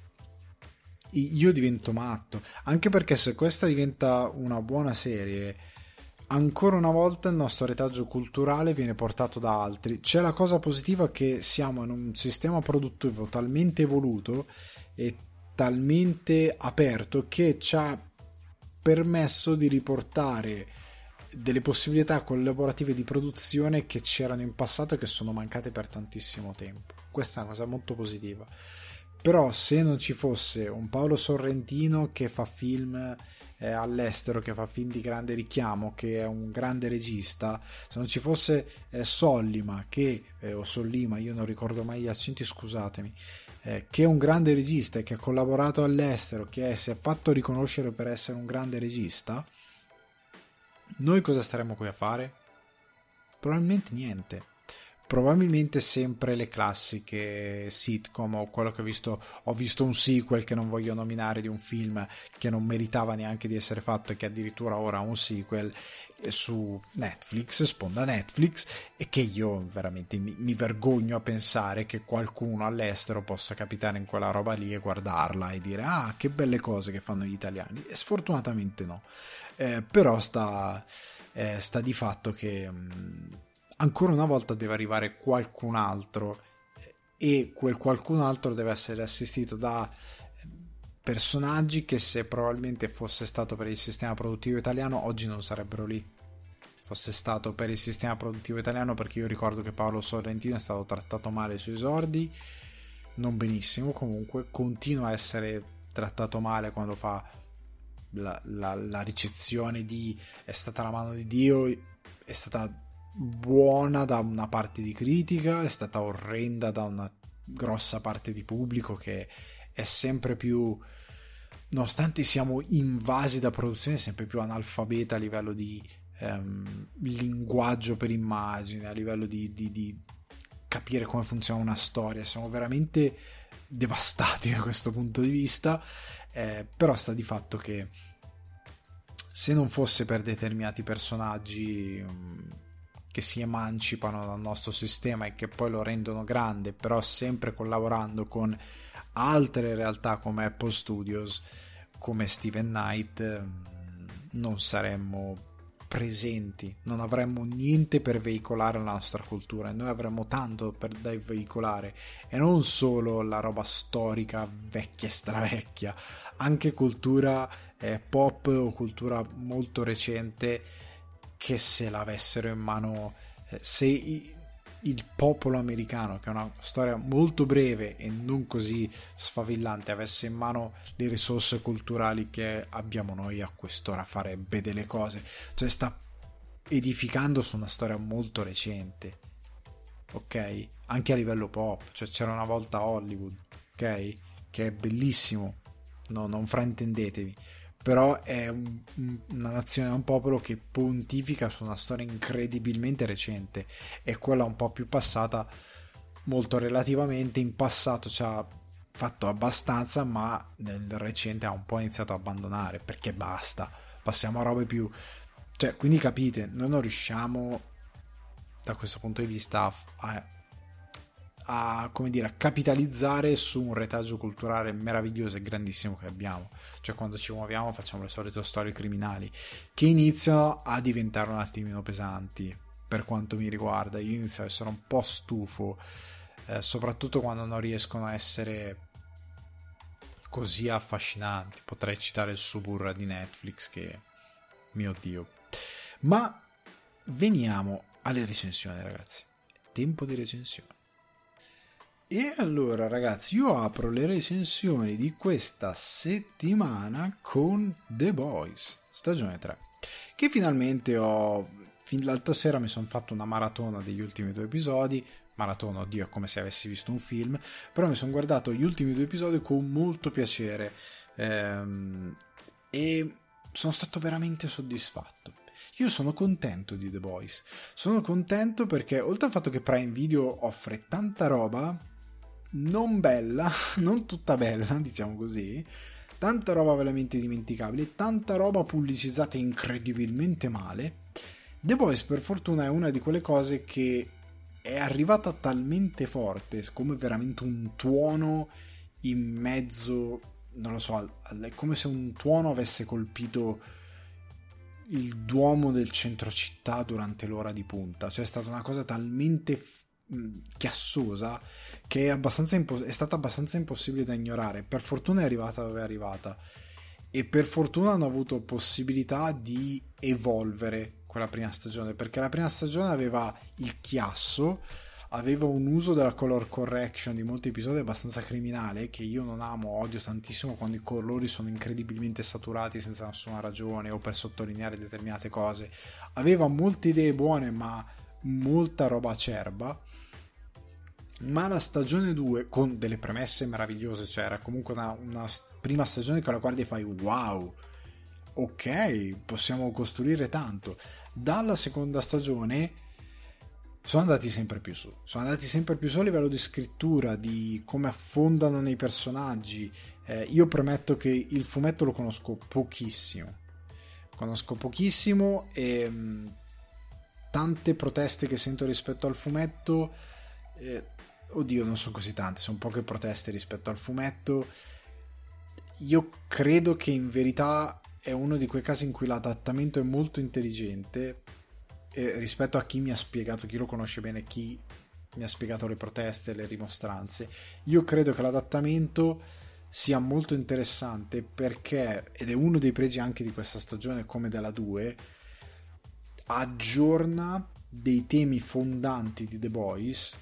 io divento matto, anche perché se questa diventa una buona serie, ancora una volta il nostro retaggio culturale viene portato da altri. C'è la cosa positiva che siamo in un sistema produttivo talmente evoluto e talmente aperto che ci ha permesso di riportare delle possibilità collaborative di produzione che c'erano in passato e che sono mancate per tantissimo tempo. Questa è una cosa molto positiva. Però se non ci fosse un Paolo Sorrentino che fa film eh, all'estero, che fa film di grande richiamo, che è un grande regista, se non ci fosse eh, Sollima, che, eh, o Sollima, io non ricordo mai gli accenti, scusatemi, eh, che è un grande regista e che ha collaborato all'estero, che è, si è fatto riconoscere per essere un grande regista, noi cosa staremmo qui a fare? Probabilmente niente. Probabilmente sempre le classiche sitcom, o quello che ho visto, ho visto un sequel che non voglio nominare di un film che non meritava neanche di essere fatto e che addirittura ora ha un sequel su Netflix, sponda Netflix, e che io veramente mi, mi vergogno a pensare che qualcuno all'estero possa capitare in quella roba lì e guardarla e dire ah, che belle cose che fanno gli italiani. E sfortunatamente no, eh, però sta, eh, sta di fatto che mh, ancora una volta deve arrivare qualcun altro, e quel qualcun altro deve essere assistito da personaggi che, se probabilmente fosse stato per il sistema produttivo italiano, oggi non sarebbero lì. Fosse stato per il sistema produttivo italiano, perché io ricordo che Paolo Sorrentino è stato trattato male sui esordi, non benissimo, comunque continua a essere trattato male quando fa la, la, la ricezione di È stata la mano di Dio, è stata buona da una parte di critica, è stata orrenda da una grossa parte di pubblico che è sempre più, nonostante siamo invasi da produzione, sempre più analfabeta a livello di ehm, linguaggio per immagine, a livello di, di, di capire come funziona una storia. Siamo veramente devastati da questo punto di vista, eh, però sta di fatto che se non fosse per determinati personaggi um, che si emancipano dal nostro sistema e che poi lo rendono grande, però sempre collaborando con altre realtà come Apple Studios, come Steven Knight, non saremmo presenti, non avremmo niente per veicolare la nostra cultura, e noi avremmo tanto per da veicolare, e non solo la roba storica vecchia e stravecchia, anche cultura eh, pop o cultura molto recente, che se l'avessero in mano, eh, se i, il popolo americano, che è una storia molto breve e non così sfavillante, avesse in mano le risorse culturali che abbiamo noi a quest'ora, farebbe delle cose. Cioè sta edificando su una storia molto recente, ok? Anche a livello pop, cioè c'era una volta Hollywood, ok? Che è bellissimo, no, non fraintendetevi, però è un, una nazione, un popolo che pontifica su una storia incredibilmente recente, e quella un po' più passata, molto relativamente in passato ci ha fatto abbastanza, ma nel recente ha un po' iniziato a abbandonare, perché basta, passiamo a robe più, cioè, quindi capite, noi non riusciamo da questo punto di vista a, a, come dire, a capitalizzare su un retaggio culturale meraviglioso e grandissimo che abbiamo. Cioè, quando ci muoviamo facciamo le solite storie criminali che iniziano a diventare un attimino pesanti. Per quanto mi riguarda, io inizio a essere un po' stufo, eh, soprattutto quando non riescono a essere così affascinanti. Potrei citare il Suburra di Netflix, che, mio Dio. Ma veniamo alle recensioni, ragazzi. Tempo di recensioni. E allora, ragazzi, io apro le recensioni di questa settimana con The Boys, stagione tre, che finalmente ho, fin l'altra sera mi sono fatto una maratona degli ultimi due episodi. Maratona, oddio, è come se avessi visto un film, però mi sono guardato gli ultimi due episodi con molto piacere, ehm, e sono stato veramente soddisfatto. Io sono contento di The Boys, sono contento perché, oltre al fatto che Prime Video offre tanta roba non bella, non tutta bella, diciamo così, tanta roba veramente dimenticabile, tanta roba pubblicizzata incredibilmente male, The Boys per fortuna è una di quelle cose che è arrivata talmente forte, come veramente un tuono in mezzo, non lo so, è come se un tuono avesse colpito il Duomo del centro città durante l'ora di punta. Cioè è stata una cosa talmente chiassosa che è, abbastanza impo- è stata abbastanza impossibile da ignorare. Per fortuna è arrivata dove è arrivata, e per fortuna hanno avuto possibilità di evolvere quella prima stagione, perché la prima stagione aveva il chiasso, aveva un uso della color correction di molti episodi abbastanza criminale, che io non amo, odio tantissimo quando i colori sono incredibilmente saturati senza nessuna ragione o per sottolineare determinate cose. Aveva molte idee buone ma molta roba acerba. Ma la stagione due, con delle premesse meravigliose, cioè era comunque una, una prima stagione che la guardi e fai wow, ok, possiamo costruire tanto. Dalla seconda stagione sono andati sempre più su, sono andati sempre più su a livello di scrittura, di come affondano nei personaggi. Eh, io premetto che il fumetto lo conosco pochissimo, conosco pochissimo e mh, tante proteste che sento rispetto al fumetto, eh, oddio, non sono così tante, sono poche proteste rispetto al fumetto. Io credo che in verità è uno di quei casi in cui l'adattamento è molto intelligente, eh, rispetto a chi mi ha spiegato, chi lo conosce bene, chi mi ha spiegato le proteste, le rimostranze. Io credo che l'adattamento sia molto interessante perché, ed è uno dei pregi anche di questa stagione come della due, aggiorna dei temi fondanti di The Boys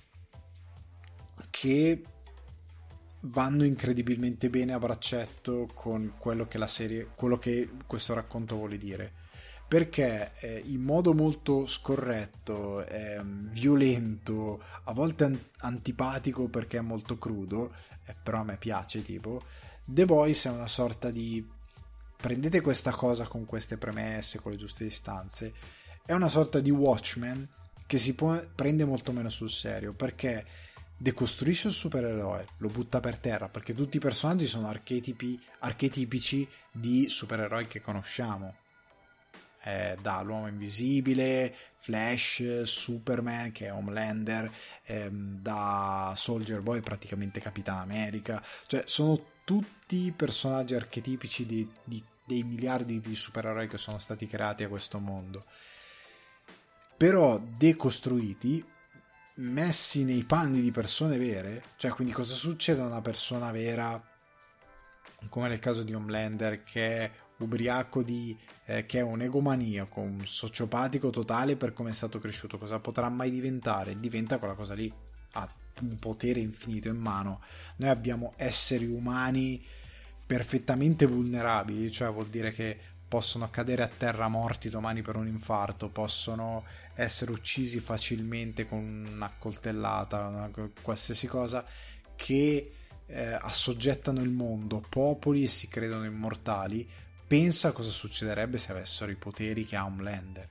che vanno incredibilmente bene a braccetto con quello che la serie, quello che questo racconto vuole dire, perché eh, in modo molto scorretto, eh, violento, a volte an- antipatico perché è molto crudo, eh, però a me piace, tipo The Boys è una sorta di prendete questa cosa con queste premesse, con le giuste distanze, è una sorta di Watchmen che si può, prende molto meno sul serio, perché decostruisce il supereroe, lo butta per terra, perché tutti i personaggi sono archetipi, archetipici di supereroi che conosciamo, eh, da l'uomo invisibile, Flash, Superman che è Homelander, ehm, da Soldier Boy praticamente Capitan America, cioè sono tutti personaggi archetipici di, di, dei miliardi di supereroi che sono stati creati a questo mondo, però decostruiti, messi nei panni di persone vere. Cioè, quindi cosa succede a una persona vera, come nel caso di Homelander, che è ubriaco di eh, che è un egomaniaco, un sociopatico totale per come è stato cresciuto, cosa potrà mai diventare? Diventa quella cosa lì, ha un potere infinito in mano. Noi abbiamo esseri umani perfettamente vulnerabili, cioè vuol dire che possono cadere a terra morti domani per un infarto, possono essere uccisi facilmente con una coltellata, una, qualsiasi cosa, che eh, assoggettano il mondo, popoli, e si credono immortali. Pensa cosa succederebbe se avessero i poteri che ha Homelander.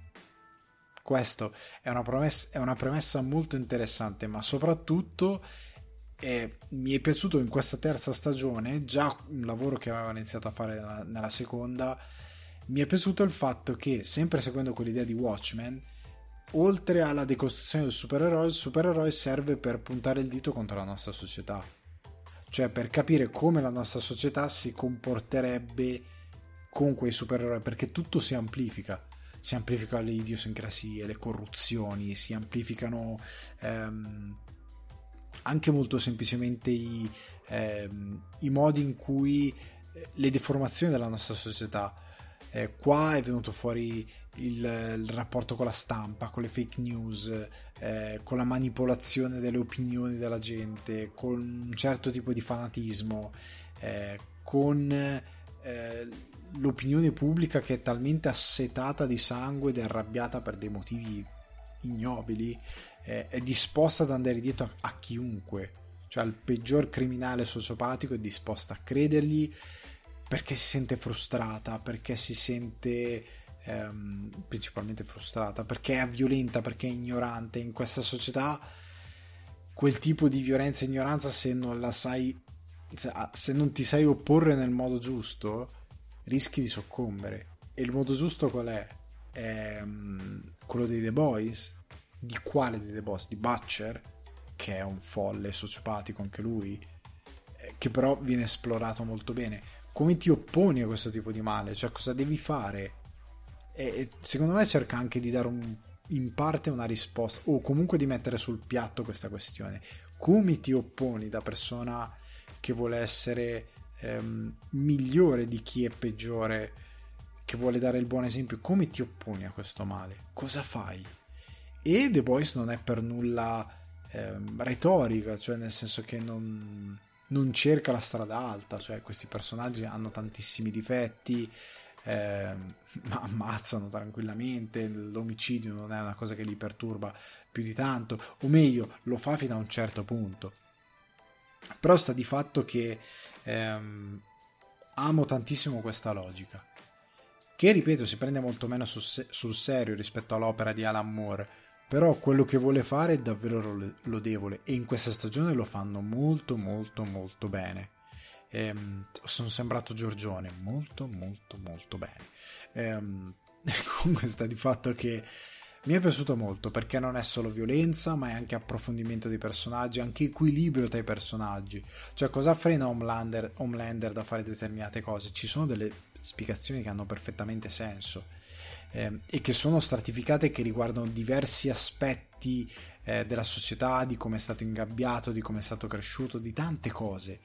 Questo è una promessa, è una premessa molto interessante, ma soprattutto eh, mi è piaciuto in questa terza stagione, già un lavoro che aveva iniziato a fare nella, nella seconda, mi è piaciuto il fatto che, sempre seguendo quell'idea di Watchmen, oltre alla decostruzione del supereroe, il supereroe serve per puntare il dito contro la nostra società, cioè per capire come la nostra società si comporterebbe con quei supereroi, perché tutto si amplifica. Si amplificano le idiosincrasie, le corruzioni, si amplificano ehm, anche molto semplicemente i, ehm, i modi in cui le deformazioni della nostra società. Eh, qua è venuto fuori il, il rapporto con la stampa, con le fake news, eh, con la manipolazione delle opinioni della gente, con un certo tipo di fanatismo, eh, con eh, l'opinione pubblica che è talmente assetata di sangue ed è arrabbiata per dei motivi ignobili, eh, è disposta ad andare dietro a, a chiunque, cioè al peggior criminale sociopatico è disposta a credergli perché si sente frustrata, perché si sente ehm, principalmente frustrata, perché è violenta, perché è ignorante. In questa società quel tipo di violenza e ignoranza, se non la sai, se non ti sai opporre nel modo giusto, rischi di soccombere. E il modo giusto qual è? È um, quello dei The Boys. Di quale dei The Boys? Di Butcher, che è un folle sociopatico anche lui, eh, che però viene esplorato molto bene. Come ti opponi a questo tipo di male? Cioè, cosa devi fare? E, e secondo me cerca anche di dare un, in parte una risposta, o comunque di mettere sul piatto questa questione. Come ti opponi da persona che vuole essere ehm, migliore di chi è peggiore, che vuole dare il buon esempio? Come ti opponi a questo male? Cosa fai? E The Boys non è per nulla ehm, retorica, cioè nel senso che non, non cerca la strada alta, cioè questi personaggi hanno tantissimi difetti, ehm, ma ammazzano tranquillamente, l'omicidio non è una cosa che li perturba più di tanto, o meglio, lo fa fino a un certo punto. Però sta di fatto che ehm, amo tantissimo questa logica, che ripeto si prende molto meno sul, sul serio rispetto all'opera di Alan Moore, però quello che vuole fare è davvero lodevole e in questa stagione lo fanno molto molto molto bene. Ehm, sono sembrato Giorgione, molto molto molto bene. Ehm, comunque sta di fatto che mi è piaciuto molto, perché non è solo violenza, ma è anche approfondimento dei personaggi, anche equilibrio tra i personaggi. Cioè, cosa frena Homelander, Homelander da fare determinate cose? Ci sono delle spiegazioni che hanno perfettamente senso, eh, e che sono stratificate, che riguardano diversi aspetti eh, della società, di come è stato ingabbiato, di come è stato cresciuto, di tante cose.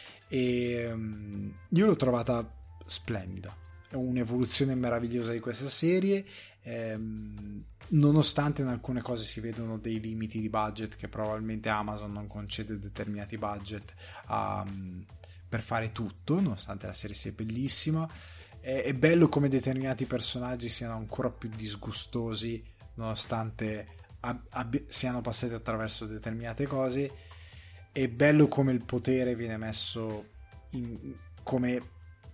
E um, io l'ho trovata splendida. È un'evoluzione meravigliosa di questa serie, ehm, nonostante in alcune cose si vedono dei limiti di budget, che probabilmente Amazon non concede determinati budget a, per fare tutto, nonostante la serie sia bellissima. È, è bello come determinati personaggi siano ancora più disgustosi nonostante ab- ab- siano passati attraverso determinate cose. È bello come il potere viene messo in, come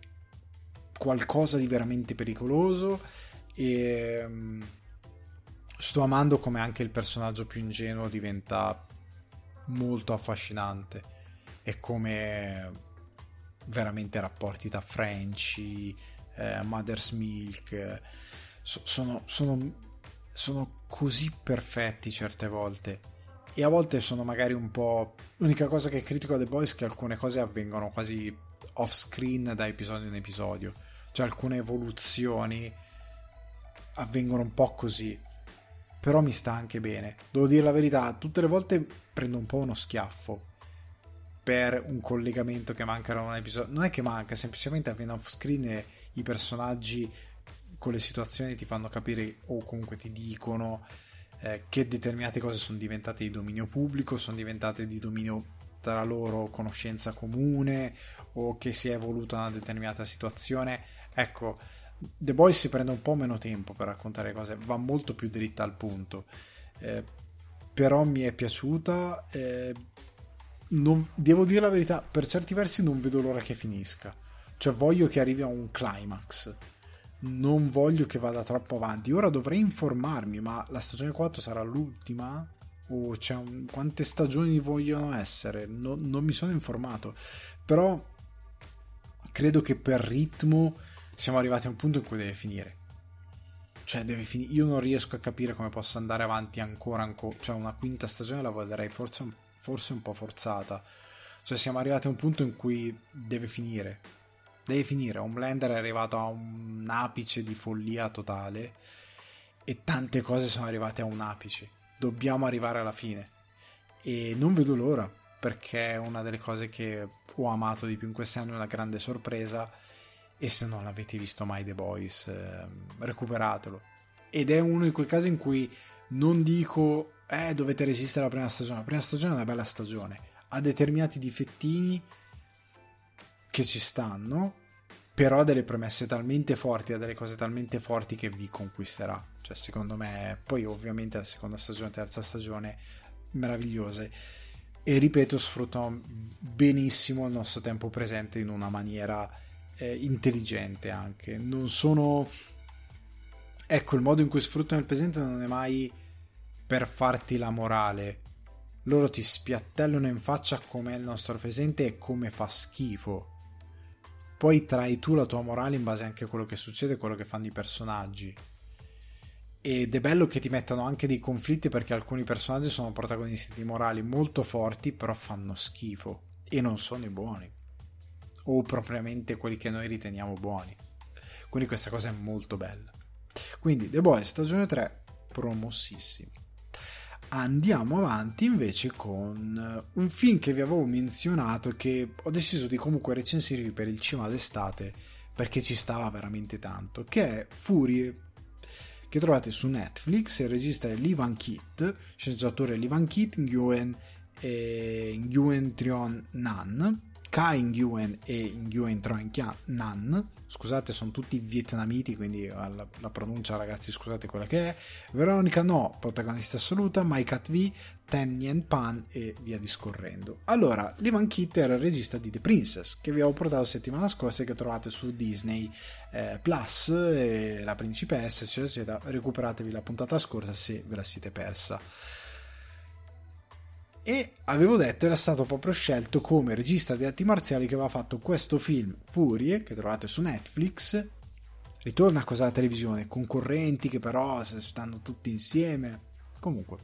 qualcosa di veramente pericoloso, e um, sto amando come anche il personaggio più ingenuo diventa molto affascinante, e come veramente rapporti tra Frenchy, eh, Mother's Milk eh, so, sono, sono, sono così perfetti certe volte, e a volte sono magari un po'... L'unica cosa che critico a The Boys è che alcune cose avvengono quasi off screen da episodio in episodio, cioè alcune evoluzioni avvengono un po' così, però mi sta anche bene. Devo dire la verità, tutte le volte prendo un po' uno schiaffo per un collegamento che manca da un episodio. Non è che manca, semplicemente avviene off screen e i personaggi con le situazioni ti fanno capire, o comunque ti dicono eh, che determinate cose sono diventate di dominio pubblico, sono diventate di dominio tra loro, conoscenza comune, o che si è evoluta una determinata situazione. Ecco, The Boys si prende un po' meno tempo per raccontare cose, va molto più dritta al punto, eh, però mi è piaciuta, eh, non, devo dire la verità, per certi versi non vedo l'ora che finisca, cioè voglio che arrivi a un climax, non voglio che vada troppo avanti. Ora dovrei informarmi, ma la stagione quattro sarà l'ultima? O c'è un... quante stagioni vogliono essere? No, non mi sono informato, però credo che per ritmo siamo arrivati a un punto in cui deve finire. Cioè deve finire. Io non riesco a capire come possa andare avanti ancora, ancora. Cioè una quinta stagione la vedrei forse un, forse un po' forzata. Cioè siamo arrivati a un punto in cui deve finire. Deve finire. Homelander è arrivato a un apice di follia totale e tante cose sono arrivate a un apice. Dobbiamo arrivare alla fine e non vedo l'ora, perché è una delle cose che ho amato di più in questi anni, una grande sorpresa. E se non l'avete visto mai The Boys, eh, recuperatelo. Ed è uno di quei casi in cui non dico eh dovete resistere alla prima stagione. La prima stagione è una bella stagione, ha determinati difettini che ci stanno, però ha delle premesse talmente forti, ha delle cose talmente forti che vi conquisterà. Cioè secondo me, poi ovviamente la seconda stagione, terza stagione meravigliose, e ripeto, sfruttano benissimo il nostro tempo presente in una maniera eh, intelligente anche. Non sono, ecco, il modo in cui sfruttano il presente non è mai per farti la morale, loro ti spiattellano in faccia com'è il nostro presente e come fa schifo, poi trai tu la tua morale in base anche a quello che succede, quello che fanno i personaggi. Ed è bello che ti mettano anche dei conflitti, perché alcuni personaggi sono protagonisti di morali molto forti, però fanno schifo e non sono i buoni, o propriamente quelli che noi riteniamo buoni. Quindi questa cosa è molto bella. Quindi The Boys stagione tre, promossissimo. Andiamo avanti invece con un film che vi avevo menzionato e che ho deciso di comunque recensirvi per il cinema d'estate, perché ci stava veramente tanto, che è Fury, che trovate su Netflix. Il regista è Lee Van Cleef, sceneggiatore Lee Van Cleef, Nguyen e Nguyen Trion Nan, Kai Nguyen e Nguyen Trion Nan, scusate, sono tutti vietnamiti, quindi la, la pronuncia, ragazzi, scusate quella che è. Veronica No, protagonista assoluta, Mai Kat V, Ten Yen Pan e via discorrendo. Allora, Lee Van Cleef era il regista di The Princess, che vi avevo portato settimana scorsa e che trovate su Disney eh, Plus, e La Principessa, eccetera, eccetera. Recuperatevi la puntata scorsa se ve la siete persa. E avevo detto era stato proprio scelto come regista di arti marziali, che aveva fatto questo film Furie, che trovate su Netflix. Ritorna a cosa la televisione, concorrenti che però stanno tutti insieme. Comunque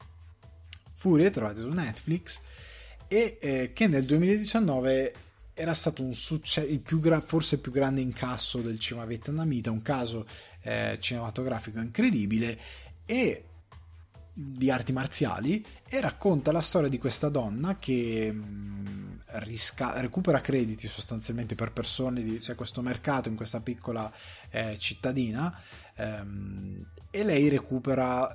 Furie trovate su Netflix, e eh, che nel duemiladiciannove era stato un successo, il più gra- forse il più grande incasso del cinema vietnamita, un caso eh, cinematografico incredibile e di arti marziali, e racconta la storia di questa donna che mh, risca- recupera crediti sostanzialmente per persone di, c'è questo mercato in questa piccola eh, cittadina ehm, e lei recupera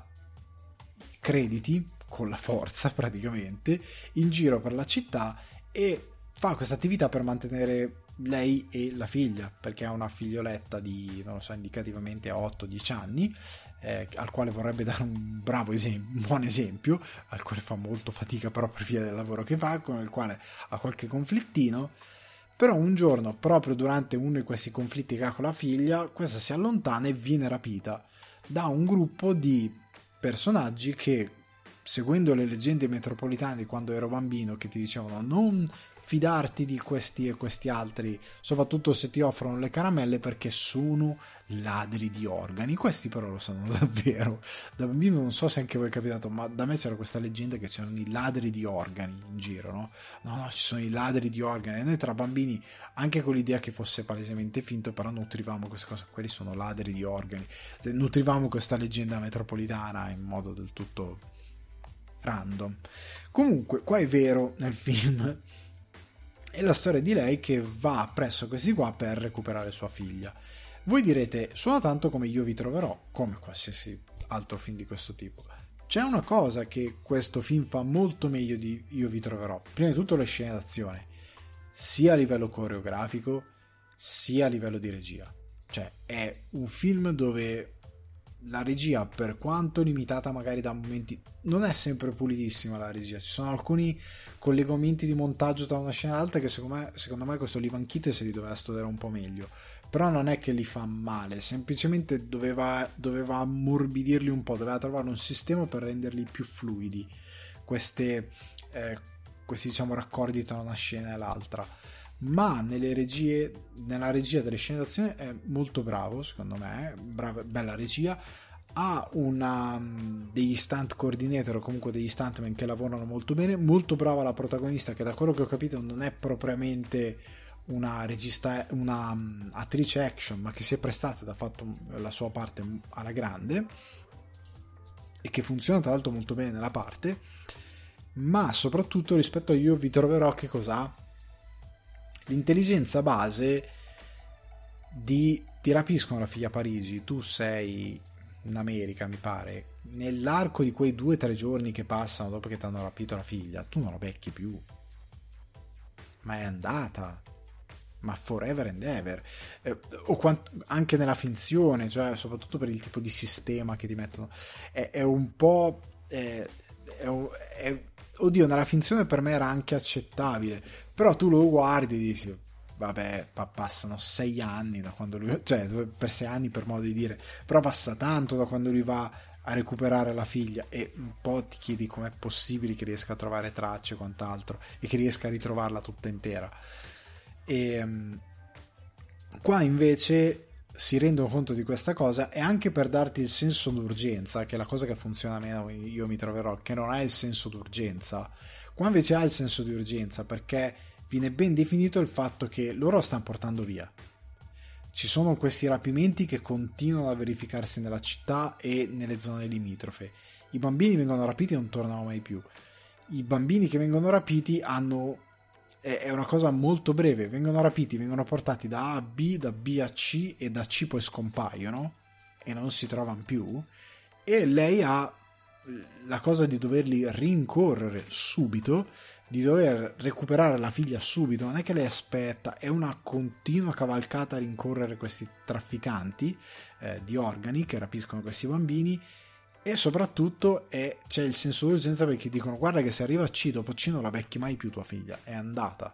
crediti con la forza praticamente in giro per la città, e fa questa attività per mantenere lei e la figlia, perché ha una figlioletta di, non lo so, indicativamente otto dieci anni, eh, al quale vorrebbe dare un bravo esempio, un buon esempio, al quale fa molto fatica però per via del lavoro che fa, con il quale ha qualche conflittino. Però un giorno, proprio durante uno di questi conflitti che ha con la figlia, questa si allontana e viene rapita da un gruppo di personaggi che, seguendo le leggende metropolitane di quando ero bambino, che ti dicevano non fidarti di questi e questi altri, soprattutto se ti offrono le caramelle, perché sono ladri di organi. Questi però lo sanno davvero. Da bambino non so se anche voi è capitato, ma da me c'era questa leggenda che c'erano i ladri di organi in giro, no? No, no, ci sono i ladri di organi. E noi tra bambini, anche con l'idea che fosse palesemente finto, però nutrivamo questa cosa, quelli sono ladri di organi. Nutrivamo questa leggenda metropolitana in modo del tutto random. Comunque, qua è vero nel film. È la storia di lei che va presso questi qua per recuperare sua figlia. Voi direte, suona tanto come Io vi troverò, come qualsiasi altro film di questo tipo. C'è una cosa che questo film fa molto meglio di Io vi troverò. Prima di tutto le scene d'azione, sia a livello coreografico, sia a livello di regia. Cioè, è un film dove la regia, per quanto limitata magari da momenti, non è sempre pulitissima la regia, ci sono alcuni collegamenti di montaggio tra una scena e l'altra che secondo me, secondo me questo Lee Van Cleef se li doveva studiare un po' meglio, però non è che li fa male, semplicemente doveva, doveva ammorbidirli un po', doveva trovare un sistema per renderli più fluidi queste, eh, questi diciamo raccordi tra una scena e l'altra. Ma nelle regie, nella regia delle scene d'azione è molto bravo, secondo me, brava, bella regia, ha una, degli stunt coordinator o comunque degli stuntman che lavorano molto bene, molto brava la protagonista che da quello che ho capito non è propriamente una regista, una um, attrice action, ma che si è prestata ed ha fatto la sua parte alla grande e che funziona tra l'altro molto bene nella parte. Ma soprattutto rispetto a Io vi troverò, che cos'ha? L'intelligenza base di ti rapiscono la figlia a Parigi, tu sei in America mi pare, nell'arco di quei due o tre giorni che passano dopo che ti hanno rapito la figlia tu non lo becchi più, ma è andata, ma forever and ever, eh, o quant- anche nella finzione, cioè soprattutto per il tipo di sistema che ti mettono, è, è un po' è, è, è oddio, nella finzione per me era anche accettabile, però tu lo guardi e dici vabbè, passano sei anni da quando lui, cioè per sei anni per modo di dire, però passa tanto da quando lui va a recuperare la figlia e un po' ti chiedi com'è possibile che riesca a trovare tracce e quant'altro e che riesca a ritrovarla tutta intera. E um, qua invece si rendono conto di questa cosa, e anche per darti il senso d'urgenza, che è la cosa che funziona meno Io mi troverò, che non ha il senso d'urgenza. Qua invece ha il senso di urgenza perché viene ben definito il fatto che loro stanno portando via. Ci sono questi rapimenti che continuano a verificarsi nella città e nelle zone limitrofe. I bambini vengono rapiti e non tornano mai più. I bambini che vengono rapiti hanno è una cosa molto breve, vengono rapiti, vengono portati da A a B, da B a C e da C poi scompaiono e non si trovano più, e lei ha la cosa di doverli rincorrere subito, di dover recuperare la figlia subito, non è che lei aspetta, è una continua cavalcata a rincorrere questi trafficanti eh, di organi che rapiscono questi bambini. E soprattutto è, c'è il senso d'urgenza perché dicono guarda che se arriva a C dopo C non la becchi mai più tua figlia, è andata.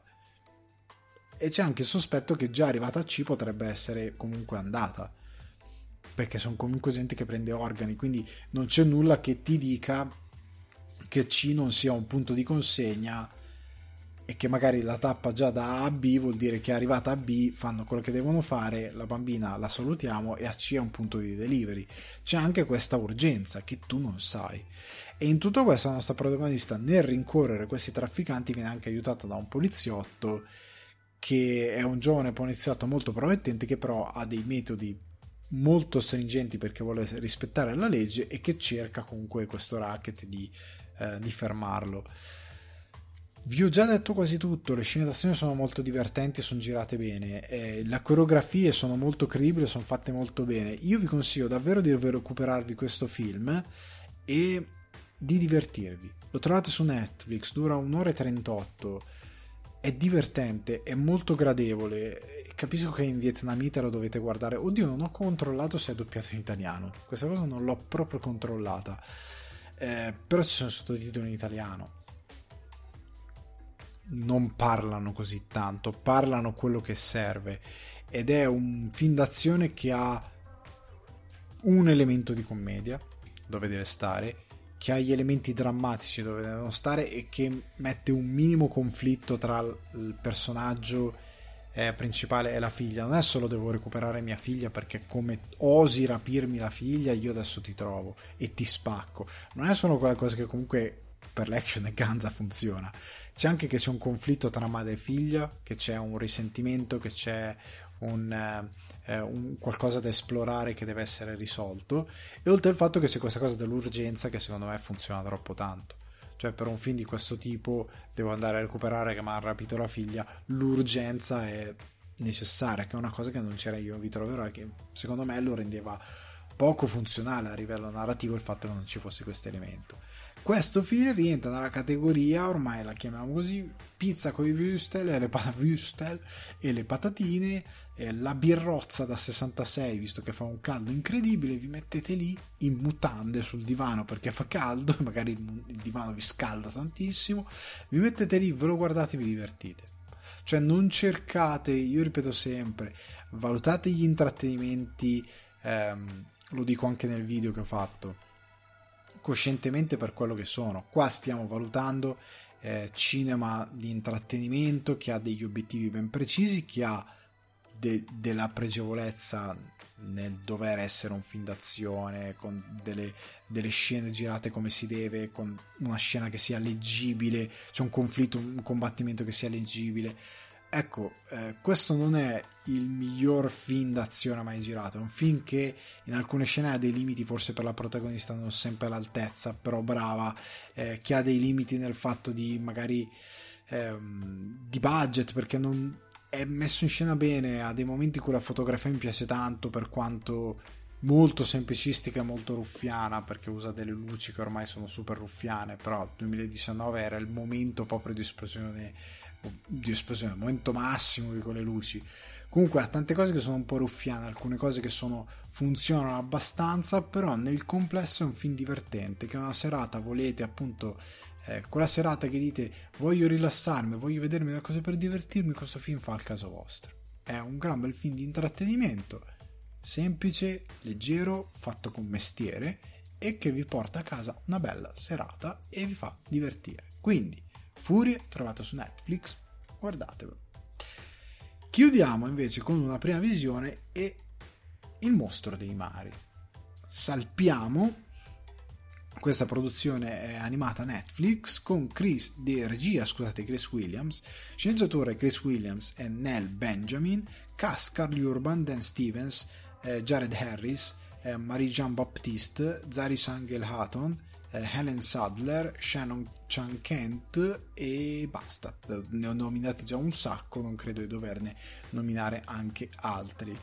E c'è anche il sospetto che già arrivata a C potrebbe essere comunque andata, perché sono comunque gente che prende organi, quindi non c'è nulla che ti dica che C non sia un punto di consegna e che magari la tappa già da A a B vuol dire che è arrivata a B, fanno quello che devono fare, la bambina la salutiamo e a C è un punto di delivery. C'è anche questa urgenza che tu non sai, e in tutto questo la nostra protagonista nel rincorrere questi trafficanti viene anche aiutata da un poliziotto che è un giovane poliziotto molto promettente, che però ha dei metodi molto stringenti perché vuole rispettare la legge e che cerca comunque questo racket di, eh, di fermarlo. Vi ho già detto quasi tutto, le scene d'azione sono molto divertenti, sono girate bene, eh, le coreografie sono molto credibili, sono fatte molto bene. Io vi consiglio davvero di recuperarvi questo film e di divertirvi. Lo trovate su Netflix, dura un'ora e trentotto, è divertente, è molto gradevole. Capisco che in vietnamita lo dovete guardare. Oddio, non ho controllato se è doppiato in italiano, questa cosa non l'ho proprio controllata, eh, però ci sono sottotitoli in italiano. Non parlano così tanto, parlano quello che serve, ed è un film d'azione che ha un elemento di commedia dove deve stare, che ha gli elementi drammatici dove devono stare e che mette un minimo conflitto tra il personaggio eh, principale e la figlia. Non è solo devo recuperare mia figlia perché come osi rapirmi la figlia io adesso ti trovo e ti spacco, non è solo quella cosa che comunque per l'action e Ganza funziona, c'è anche che c'è un conflitto tra madre e figlia, che c'è un risentimento, che c'è un, eh, un qualcosa da esplorare che deve essere risolto, e oltre al fatto che c'è questa cosa dell'urgenza che secondo me funziona troppo tanto, cioè per un film di questo tipo devo andare a recuperare che mi ha rapito la figlia, l'urgenza è necessaria, che è una cosa che non c'era Io vi troverò e che secondo me lo rendeva poco funzionale a livello narrativo il fatto che non ci fosse questo elemento. questo film rientra nella categoria, ormai la chiamiamo così, pizza con i würstel e le, pa- würstel e le patatine, eh, la birrozza da sessantasei, visto che fa un caldo incredibile, vi mettete lì in mutande sul divano perché fa caldo, magari il, il divano vi scalda tantissimo, vi mettete lì, ve lo guardate e vi divertite. Cioè non cercate, io ripeto sempre, valutate gli intrattenimenti, ehm, lo dico anche nel video che ho fatto, coscientemente per quello che sono. Qua stiamo valutando eh, cinema di intrattenimento che ha degli obiettivi ben precisi, che ha de- della pregevolezza nel dover essere un film d'azione, con delle, delle scene girate come si deve, con una scena che sia leggibile, c'è un conflitto, un combattimento che sia leggibile. Ecco, eh, questo non è il miglior film d'azione mai girato, è un film che in alcune scene ha dei limiti, forse per la protagonista non sempre all'altezza, però brava, eh, che ha dei limiti nel fatto di magari ehm, di budget, perché non è messo in scena bene, ha dei momenti in cui la fotografia mi piace tanto, per quanto molto semplicistica e molto ruffiana, perché usa delle luci che ormai sono super ruffiane, però duemiladiciannove era il momento proprio di esplosione di esplosione, il momento massimo di quelle luci. Comunque ha tante cose che sono un po' ruffiane, alcune cose che sono funzionano abbastanza, però nel complesso è un film divertente, che una serata volete appunto eh, quella serata che dite voglio rilassarmi, voglio vedermi una cosa per divertirmi, questo film fa al caso vostro. È un gran bel film di intrattenimento, semplice, leggero, fatto con mestiere e che vi porta a casa una bella serata e vi fa divertire. Quindi Furie, trovato su Netflix, guardatelo. Chiudiamo invece con una prima visione e Il mostro dei mari. Salpiamo, questa produzione è animata Netflix con Chris, di regia, scusate, Chris Williams, sceneggiatore Chris Williams e Nell Benjamin, cast Carl Urban, Dan Stevens, eh, Jared Harris, eh, Marie-Jean Baptiste, Zari Sangel Hatton, Helen Sadler, Shannon Chan Kent e basta. Ne ho nominati già un sacco, non credo di doverne nominare anche altri.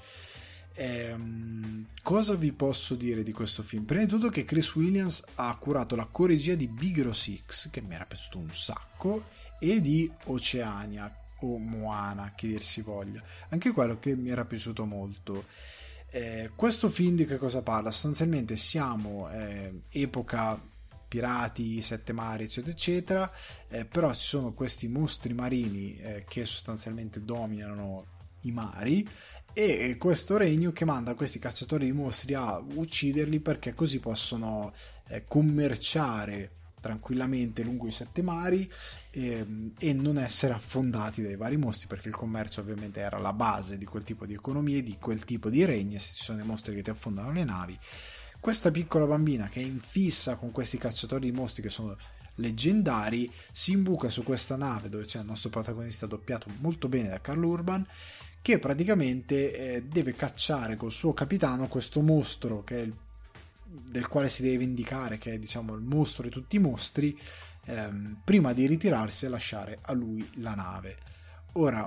Ehm, cosa vi posso dire di questo film? Prima di tutto che Chris Williams ha curato la coregia di Big Hero sei, che mi era piaciuto un sacco, e di Oceania o Moana, che dir si voglia, anche quello che mi era piaciuto molto. Eh, questo film di che cosa parla? Sostanzialmente siamo eh, epoca pirati, sette mari, eccetera eccetera, eh, però ci sono questi mostri marini eh, che sostanzialmente dominano i mari, e questo regno che manda questi cacciatori di mostri a ucciderli perché così possono eh, commerciare tranquillamente lungo i sette mari eh, e non essere affondati dai vari mostri, perché il commercio ovviamente era la base di quel tipo di economie, di quel tipo di regni. Se ci sono dei mostri che ti affondano le navi, questa piccola bambina che è in fissa con questi cacciatori di mostri che sono leggendari si imbuca su questa nave dove c'è il nostro protagonista doppiato molto bene da Carl Urban, che praticamente eh, deve cacciare col suo capitano questo mostro che è il, del quale si deve vendicare, che è diciamo il mostro di tutti i mostri, ehm, prima di ritirarsi e lasciare a lui la nave. Ora,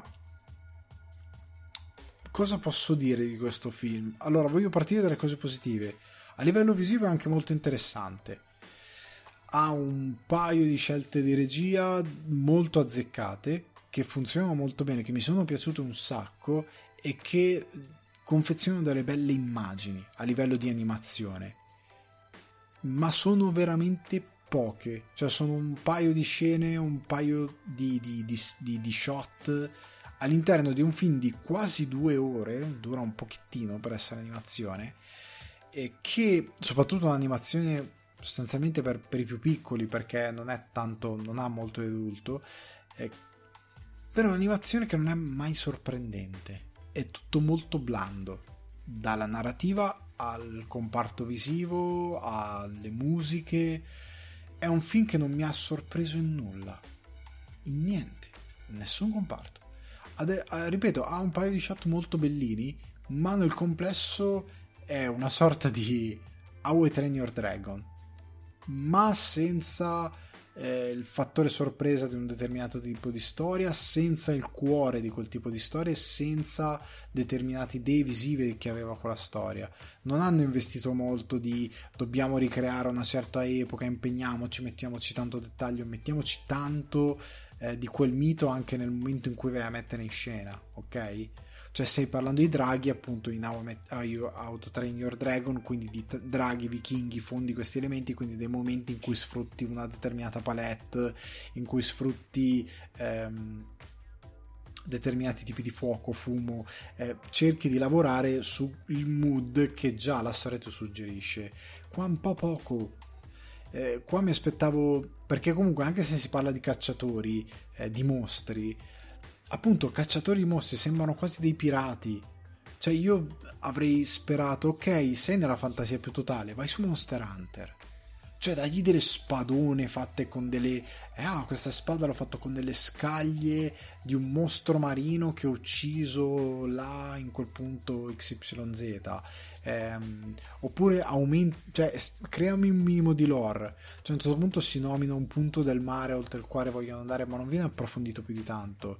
cosa posso dire di questo film? Allora, voglio partire dalle cose positive. A livello visivo è anche molto interessante, ha un paio di scelte di regia molto azzeccate che funzionano molto bene, che mi sono piaciute un sacco e che confezionano delle belle immagini a livello di animazione, ma sono veramente poche, cioè sono un paio di scene, un paio di, di, di, di, di shot all'interno di un film di quasi due ore, dura un pochettino per essere animazione, e che soprattutto un'animazione sostanzialmente per, per i più piccoli, perché non è tanto, non ha molto di adulto, eh, però è un'animazione che non è mai sorprendente, è tutto molto blando, dalla narrativa al comparto visivo alle musiche. È un film che non mi ha sorpreso in nulla, in niente, in nessun comparto. Ad, a, ripeto, ha un paio di shot molto bellini, ma nel complesso è una sorta di How I Train Your Dragon, ma senza eh, il fattore sorpresa di un determinato tipo di storia, senza il cuore di quel tipo di storia, senza determinate idee visive che aveva quella storia. Non hanno investito molto di dobbiamo ricreare una certa epoca, impegniamoci, mettiamoci tanto dettaglio, mettiamoci tanto eh, di quel mito anche nel momento in cui vai a mettere in scena, ok? Cioè stai parlando di draghi appunto in How to Train Your Dragon, quindi di t- draghi, vichinghi, fondi questi elementi, quindi dei momenti in cui sfrutti una determinata palette, in cui sfrutti ehm, determinati tipi di fuoco, fumo, eh, cerchi di lavorare sul mood che già la storia ti suggerisce. Qua un po' poco. Eh, qua mi aspettavo, perché comunque anche se si parla di cacciatori, eh, di mostri, appunto cacciatori di mostri sembrano quasi dei pirati. Cioè io avrei sperato, ok, sei nella fantasia più totale, vai su Monster Hunter, cioè dagli delle spadone fatte con delle eh, ah questa spada l'ho fatto con delle scaglie di un mostro marino che ho ucciso là in quel punto X Y Z, ehm, oppure aumenti, cioè creami un minimo di lore. Cioè a un certo punto si nomina un punto del mare oltre il quale vogliono andare, ma non viene approfondito più di tanto.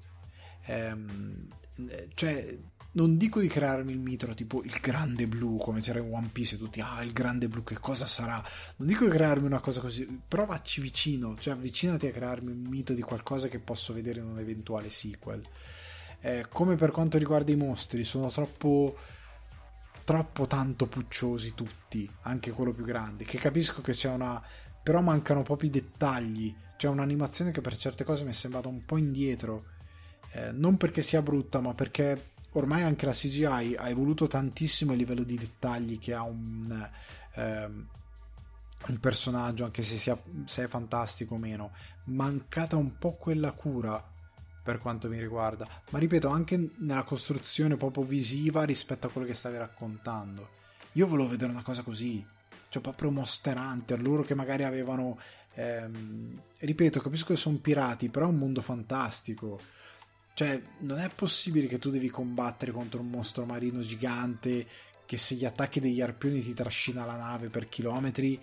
Ehm, cioè non dico di crearmi il mito tipo il grande blu come c'era in One Piece, tutti ah il grande blu che cosa sarà, non dico di crearmi una cosa così, però vacci vicino, cioè avvicinati a crearmi un mito di qualcosa che posso vedere in un eventuale sequel. Eh, come per quanto riguarda i mostri, sono troppo troppo tanto pucciosi tutti, anche quello più grande, che capisco che c'è una, però mancano proprio i dettagli, c'è un'animazione che per certe cose mi è sembrata un po' indietro. Eh, non perché sia brutta, ma perché ormai anche la C G I ha evoluto tantissimo a livello di dettagli che ha un, ehm, un personaggio, anche se, sia, se è fantastico o meno. Mancata un po' quella cura per quanto mi riguarda, ma ripeto anche nella costruzione proprio visiva rispetto a quello che stavi raccontando. Io volevo vedere una cosa così, cioè proprio Monster Hunter, loro che magari avevano ehm, ripeto, capisco che sono pirati, però è un mondo fantastico. Cioè, non è possibile che tu devi combattere contro un mostro marino gigante che se gli attacchi degli arpioni ti trascina la nave per chilometri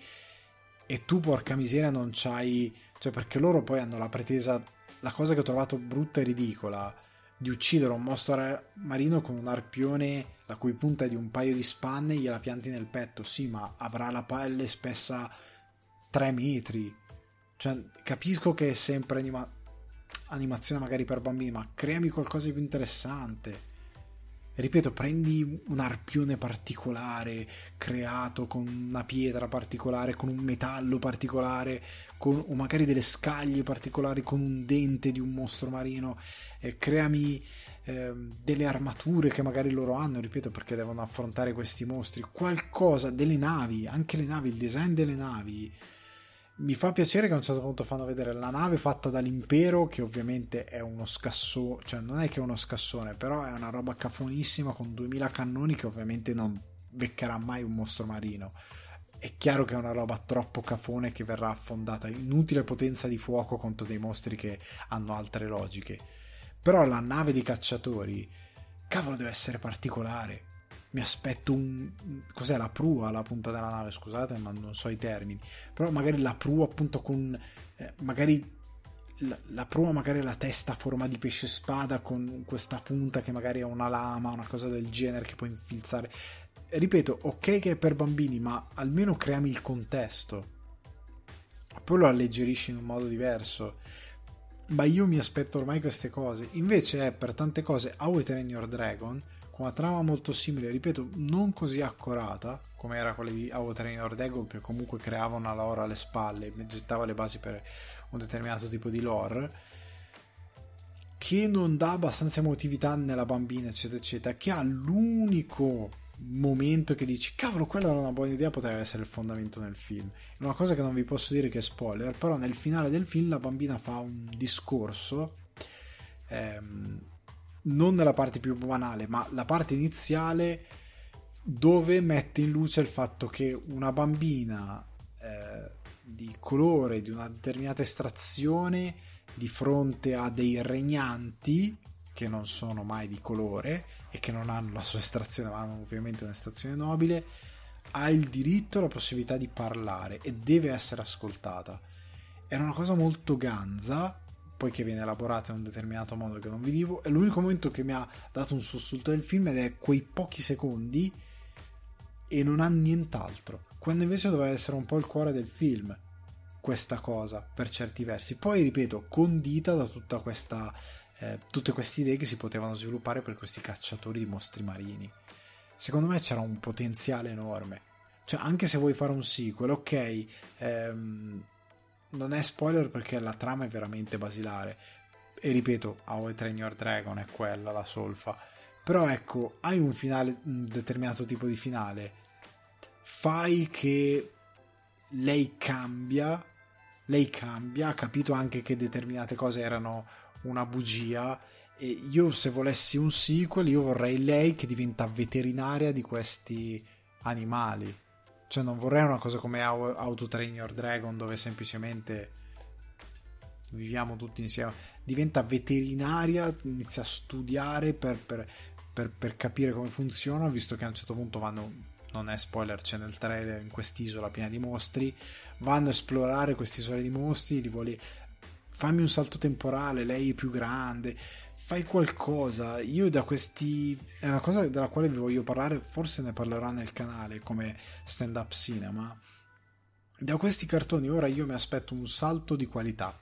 e tu, porca miseria, non c'hai... Cioè, perché loro poi hanno la pretesa... La cosa che ho trovato brutta e ridicola di uccidere un mostro marino con un arpione la cui punta è di un paio di spanne e gliela pianti nel petto. Sì, ma avrà la pelle spessa tre metri. Cioè, capisco che è sempre anima... animazione magari per bambini, ma creami qualcosa di più interessante. Ripeto, prendi un arpione particolare creato con una pietra particolare, con un metallo particolare, con, o magari delle scaglie particolari, con un dente di un mostro marino, e creami eh, delle armature che magari loro hanno, ripeto, perché devono affrontare questi mostri, qualcosa, delle navi, anche le navi, il design delle navi. Mi fa piacere che a un certo punto fanno vedere la nave fatta dall'impero, che ovviamente è uno scassone, cioè non è che è uno scassone, però è una roba cafonissima con duemila cannoni che ovviamente non beccherà mai un mostro marino. È chiaro che è una roba troppo cafone che verrà affondata, inutile potenza di fuoco contro dei mostri che hanno altre logiche. Però la nave dei cacciatori, cavolo, deve essere particolare. Mi aspetto un... cos'è la prua, la punta della nave, scusate, ma non so i termini, però magari la prua appunto con eh, magari la, la prua magari la testa a forma di pesce spada con questa punta che magari è una lama, una cosa del genere che può infilzare. Ripeto, ok che è per bambini, ma almeno creami il contesto, poi lo alleggerisci in un modo diverso. Ma io mi aspetto ormai queste cose, invece è per tante cose How to Train Your Dragon, con una trama molto simile, ripeto, non così accurata come era quella di How to Train Your Dragon, che comunque creava una lore alle spalle, gettava le basi per un determinato tipo di lore, che non dà abbastanza emotività nella bambina, eccetera eccetera, che ha l'unico momento che dici cavolo, quella era una buona idea, poteva essere il fondamento nel film. È una cosa che non vi posso dire che è spoiler, però nel finale del film la bambina fa un discorso ehm, non nella parte più banale, ma la parte iniziale, dove mette in luce il fatto che una bambina eh, di colore, di una determinata estrazione, di fronte a dei regnanti che non sono mai di colore e che non hanno la sua estrazione, ma hanno ovviamente un'estrazione nobile, ha il diritto e la possibilità di parlare e deve essere ascoltata. era una cosa molto ganza, poi che viene elaborata in un determinato modo che non vi dico, è l'unico momento che mi ha dato un sussulto del film, ed è quei pochi secondi e non ha nient'altro, quando invece doveva essere un po' il cuore del film questa cosa, per certi versi. Poi ripeto, condita da tutta questa eh, tutte queste idee che si potevano sviluppare per questi cacciatori di mostri marini. Secondo me c'era un potenziale enorme, cioè anche se vuoi fare un sequel, ok, ehm, non è spoiler perché la trama è veramente basilare, e ripeto, How I Train Your Dragon è quella la solfa, però ecco, hai un finale, un determinato tipo di finale, fai che lei cambia lei cambia, ha capito anche che determinate cose erano una bugia, e io se volessi un sequel io vorrei lei che diventa veterinaria di questi animali, cioè non vorrei una cosa come How, How to Train Your Dragon dove semplicemente viviamo tutti insieme, diventa veterinaria, inizia a studiare per, per, per, per capire come funziona, visto che a un certo punto vanno, non è spoiler, c'è nel trailer, in quest'isola piena di mostri, vanno a esplorare quest'isola di mostri, li vuole, fammi un salto temporale, lei è più grande, fai qualcosa. Io da questi, è una cosa della quale vi voglio parlare, forse ne parlerò nel canale come stand up cinema, da questi cartoni ora io mi aspetto un salto di qualità,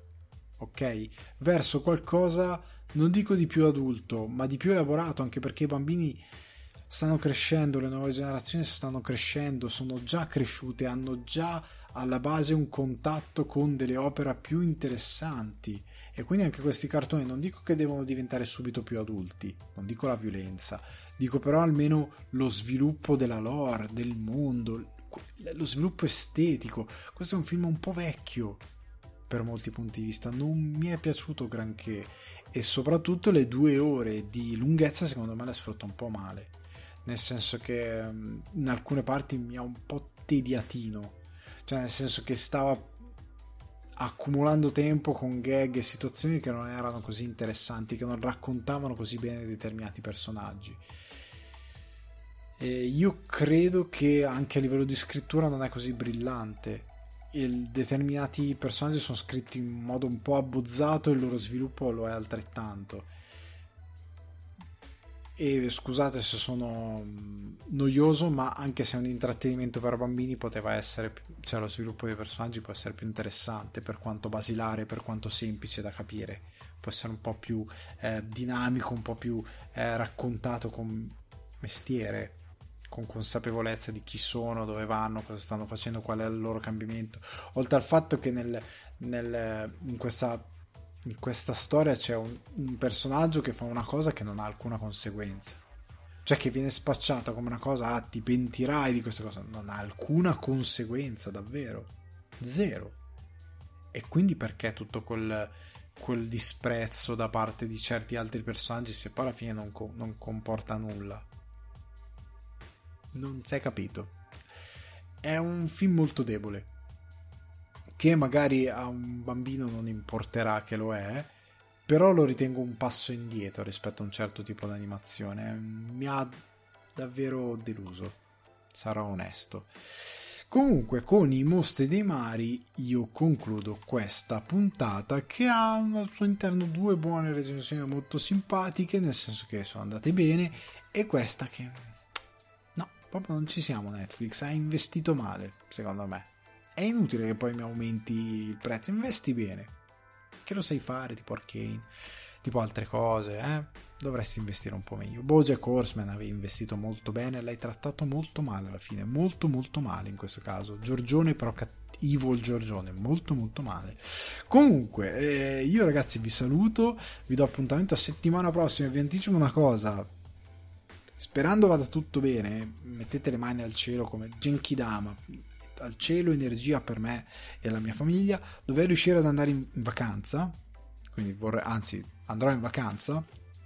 ok, verso qualcosa, non dico di più adulto, ma di più elaborato, anche perché i bambini stanno crescendo, le nuove generazioni stanno crescendo, sono già cresciute, hanno già alla base un contatto con delle opere più interessanti, e quindi anche questi cartoni non dico che devono diventare subito più adulti, non dico la violenza, dico però almeno lo sviluppo della lore, del mondo, lo sviluppo estetico. Questo è un film un po' vecchio per molti punti di vista, non mi è piaciuto granché, e soprattutto le due ore di lunghezza secondo me le sfrutta un po' male, nel senso che in alcune parti mi ha un po' tediatino, cioè nel senso che stava accumulando tempo con gag e situazioni che non erano così interessanti, che non raccontavano così bene determinati personaggi. E io credo che anche a livello di scrittura non è così brillante, e determinati personaggi sono scritti in modo un po' abbozzato e il loro sviluppo lo è altrettanto. E scusate se sono noioso, ma anche se è un intrattenimento per bambini poteva essere, cioè lo sviluppo dei personaggi può essere più interessante, per quanto basilare, per quanto semplice da capire, può essere un po' più eh, dinamico, un po' più eh, raccontato con mestiere, con consapevolezza di chi sono, dove vanno, cosa stanno facendo, qual è il loro cambiamento, oltre al fatto che nel, nel, in questa in questa storia c'è un, un personaggio che fa una cosa che non ha alcuna conseguenza, cioè che viene spacciata come una cosa, ah, ti pentirai di questa cosa, non ha alcuna conseguenza, davvero zero, e quindi perché tutto quel, quel disprezzo da parte di certi altri personaggi se poi alla fine non, co- non comporta nulla? Non si è capito. È un film molto debole, che magari a un bambino non importerà che lo è, però lo ritengo un passo indietro rispetto a un certo tipo di animazione. Mi ha davvero deluso, sarò onesto. Comunque, con i mostri dei mari io concludo questa puntata, che ha al suo interno due buone recensioni molto simpatiche, nel senso che sono andate bene, e questa che no, proprio non ci siamo. Netflix ha investito male, secondo me. È inutile che poi mi aumenti il prezzo, investi bene, che lo sai fare, tipo Arcane, tipo altre cose, eh? Dovresti investire un po' meglio. BoJack Horseman avevi investito molto bene, l'hai trattato molto male alla fine, molto molto male in questo caso. Giorgione però cattivo, il Giorgione, molto molto male. Comunque, eh, io ragazzi vi saluto, vi do appuntamento a settimana prossima, vi anticipo una cosa, sperando vada tutto bene, mettete le mani al cielo come Genkidama, al cielo, energia per me e la mia famiglia, dovrei riuscire ad andare in vacanza, quindi vorrei, anzi andrò in vacanza,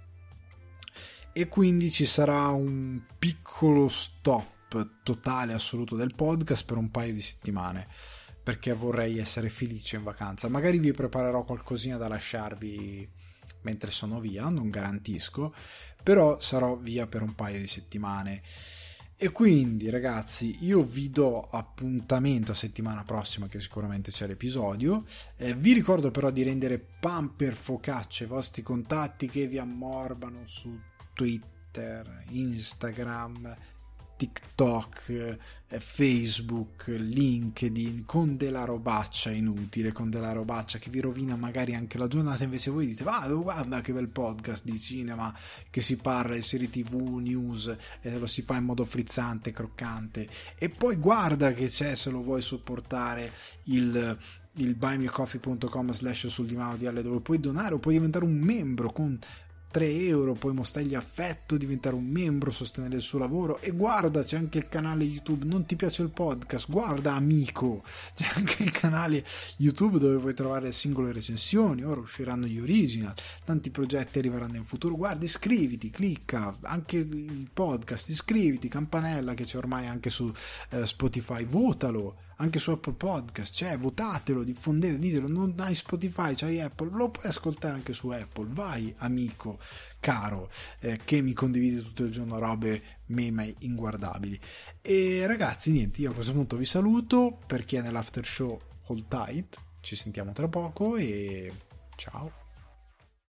e quindi ci sarà un piccolo stop totale assoluto del podcast per un paio di settimane, perché vorrei essere felice in vacanza. Magari vi preparerò qualcosina da lasciarvi mentre sono via, non garantisco, però sarò via per un paio di settimane. E quindi ragazzi, io vi do appuntamento a settimana prossima, che sicuramente c'è l'episodio. Eh, vi ricordo però di rendere pamper focaccia i vostri contatti che vi ammorbano su Twitter, Instagram, TikTok, eh, Facebook, LinkedIn, con della robaccia inutile, con della robaccia che vi rovina magari anche la giornata. Invece voi dite: vado, guarda che bel podcast di cinema che si parla di serie tv, news, e lo si fa in modo frizzante, croccante. E poi guarda che c'è, se lo vuoi supportare, il il buymeacoffee punto com slash sul divano di Ale, dove puoi donare o puoi diventare un membro con tre euro, puoi mostrargli affetto, diventare un membro, sostenere il suo lavoro. E guarda, c'è anche il canale YouTube. Non ti piace il podcast? Guarda amico, c'è anche il canale YouTube dove puoi trovare le singole recensioni. Ora usciranno gli original, tanti progetti arriveranno in futuro. Guarda, iscriviti, clicca anche il podcast, iscriviti, campanella che c'è ormai anche su eh, Spotify, votalo anche su Apple Podcast, cioè votatelo, diffondete, ditelo. Non hai Spotify, c'hai Apple, lo puoi ascoltare anche su Apple. Vai amico caro, eh, che mi condividi tutto il giorno robe meme inguardabili. E ragazzi, niente, io a questo punto vi saluto. Per chi è nell'after show, hold tight, ci sentiamo tra poco e ciao.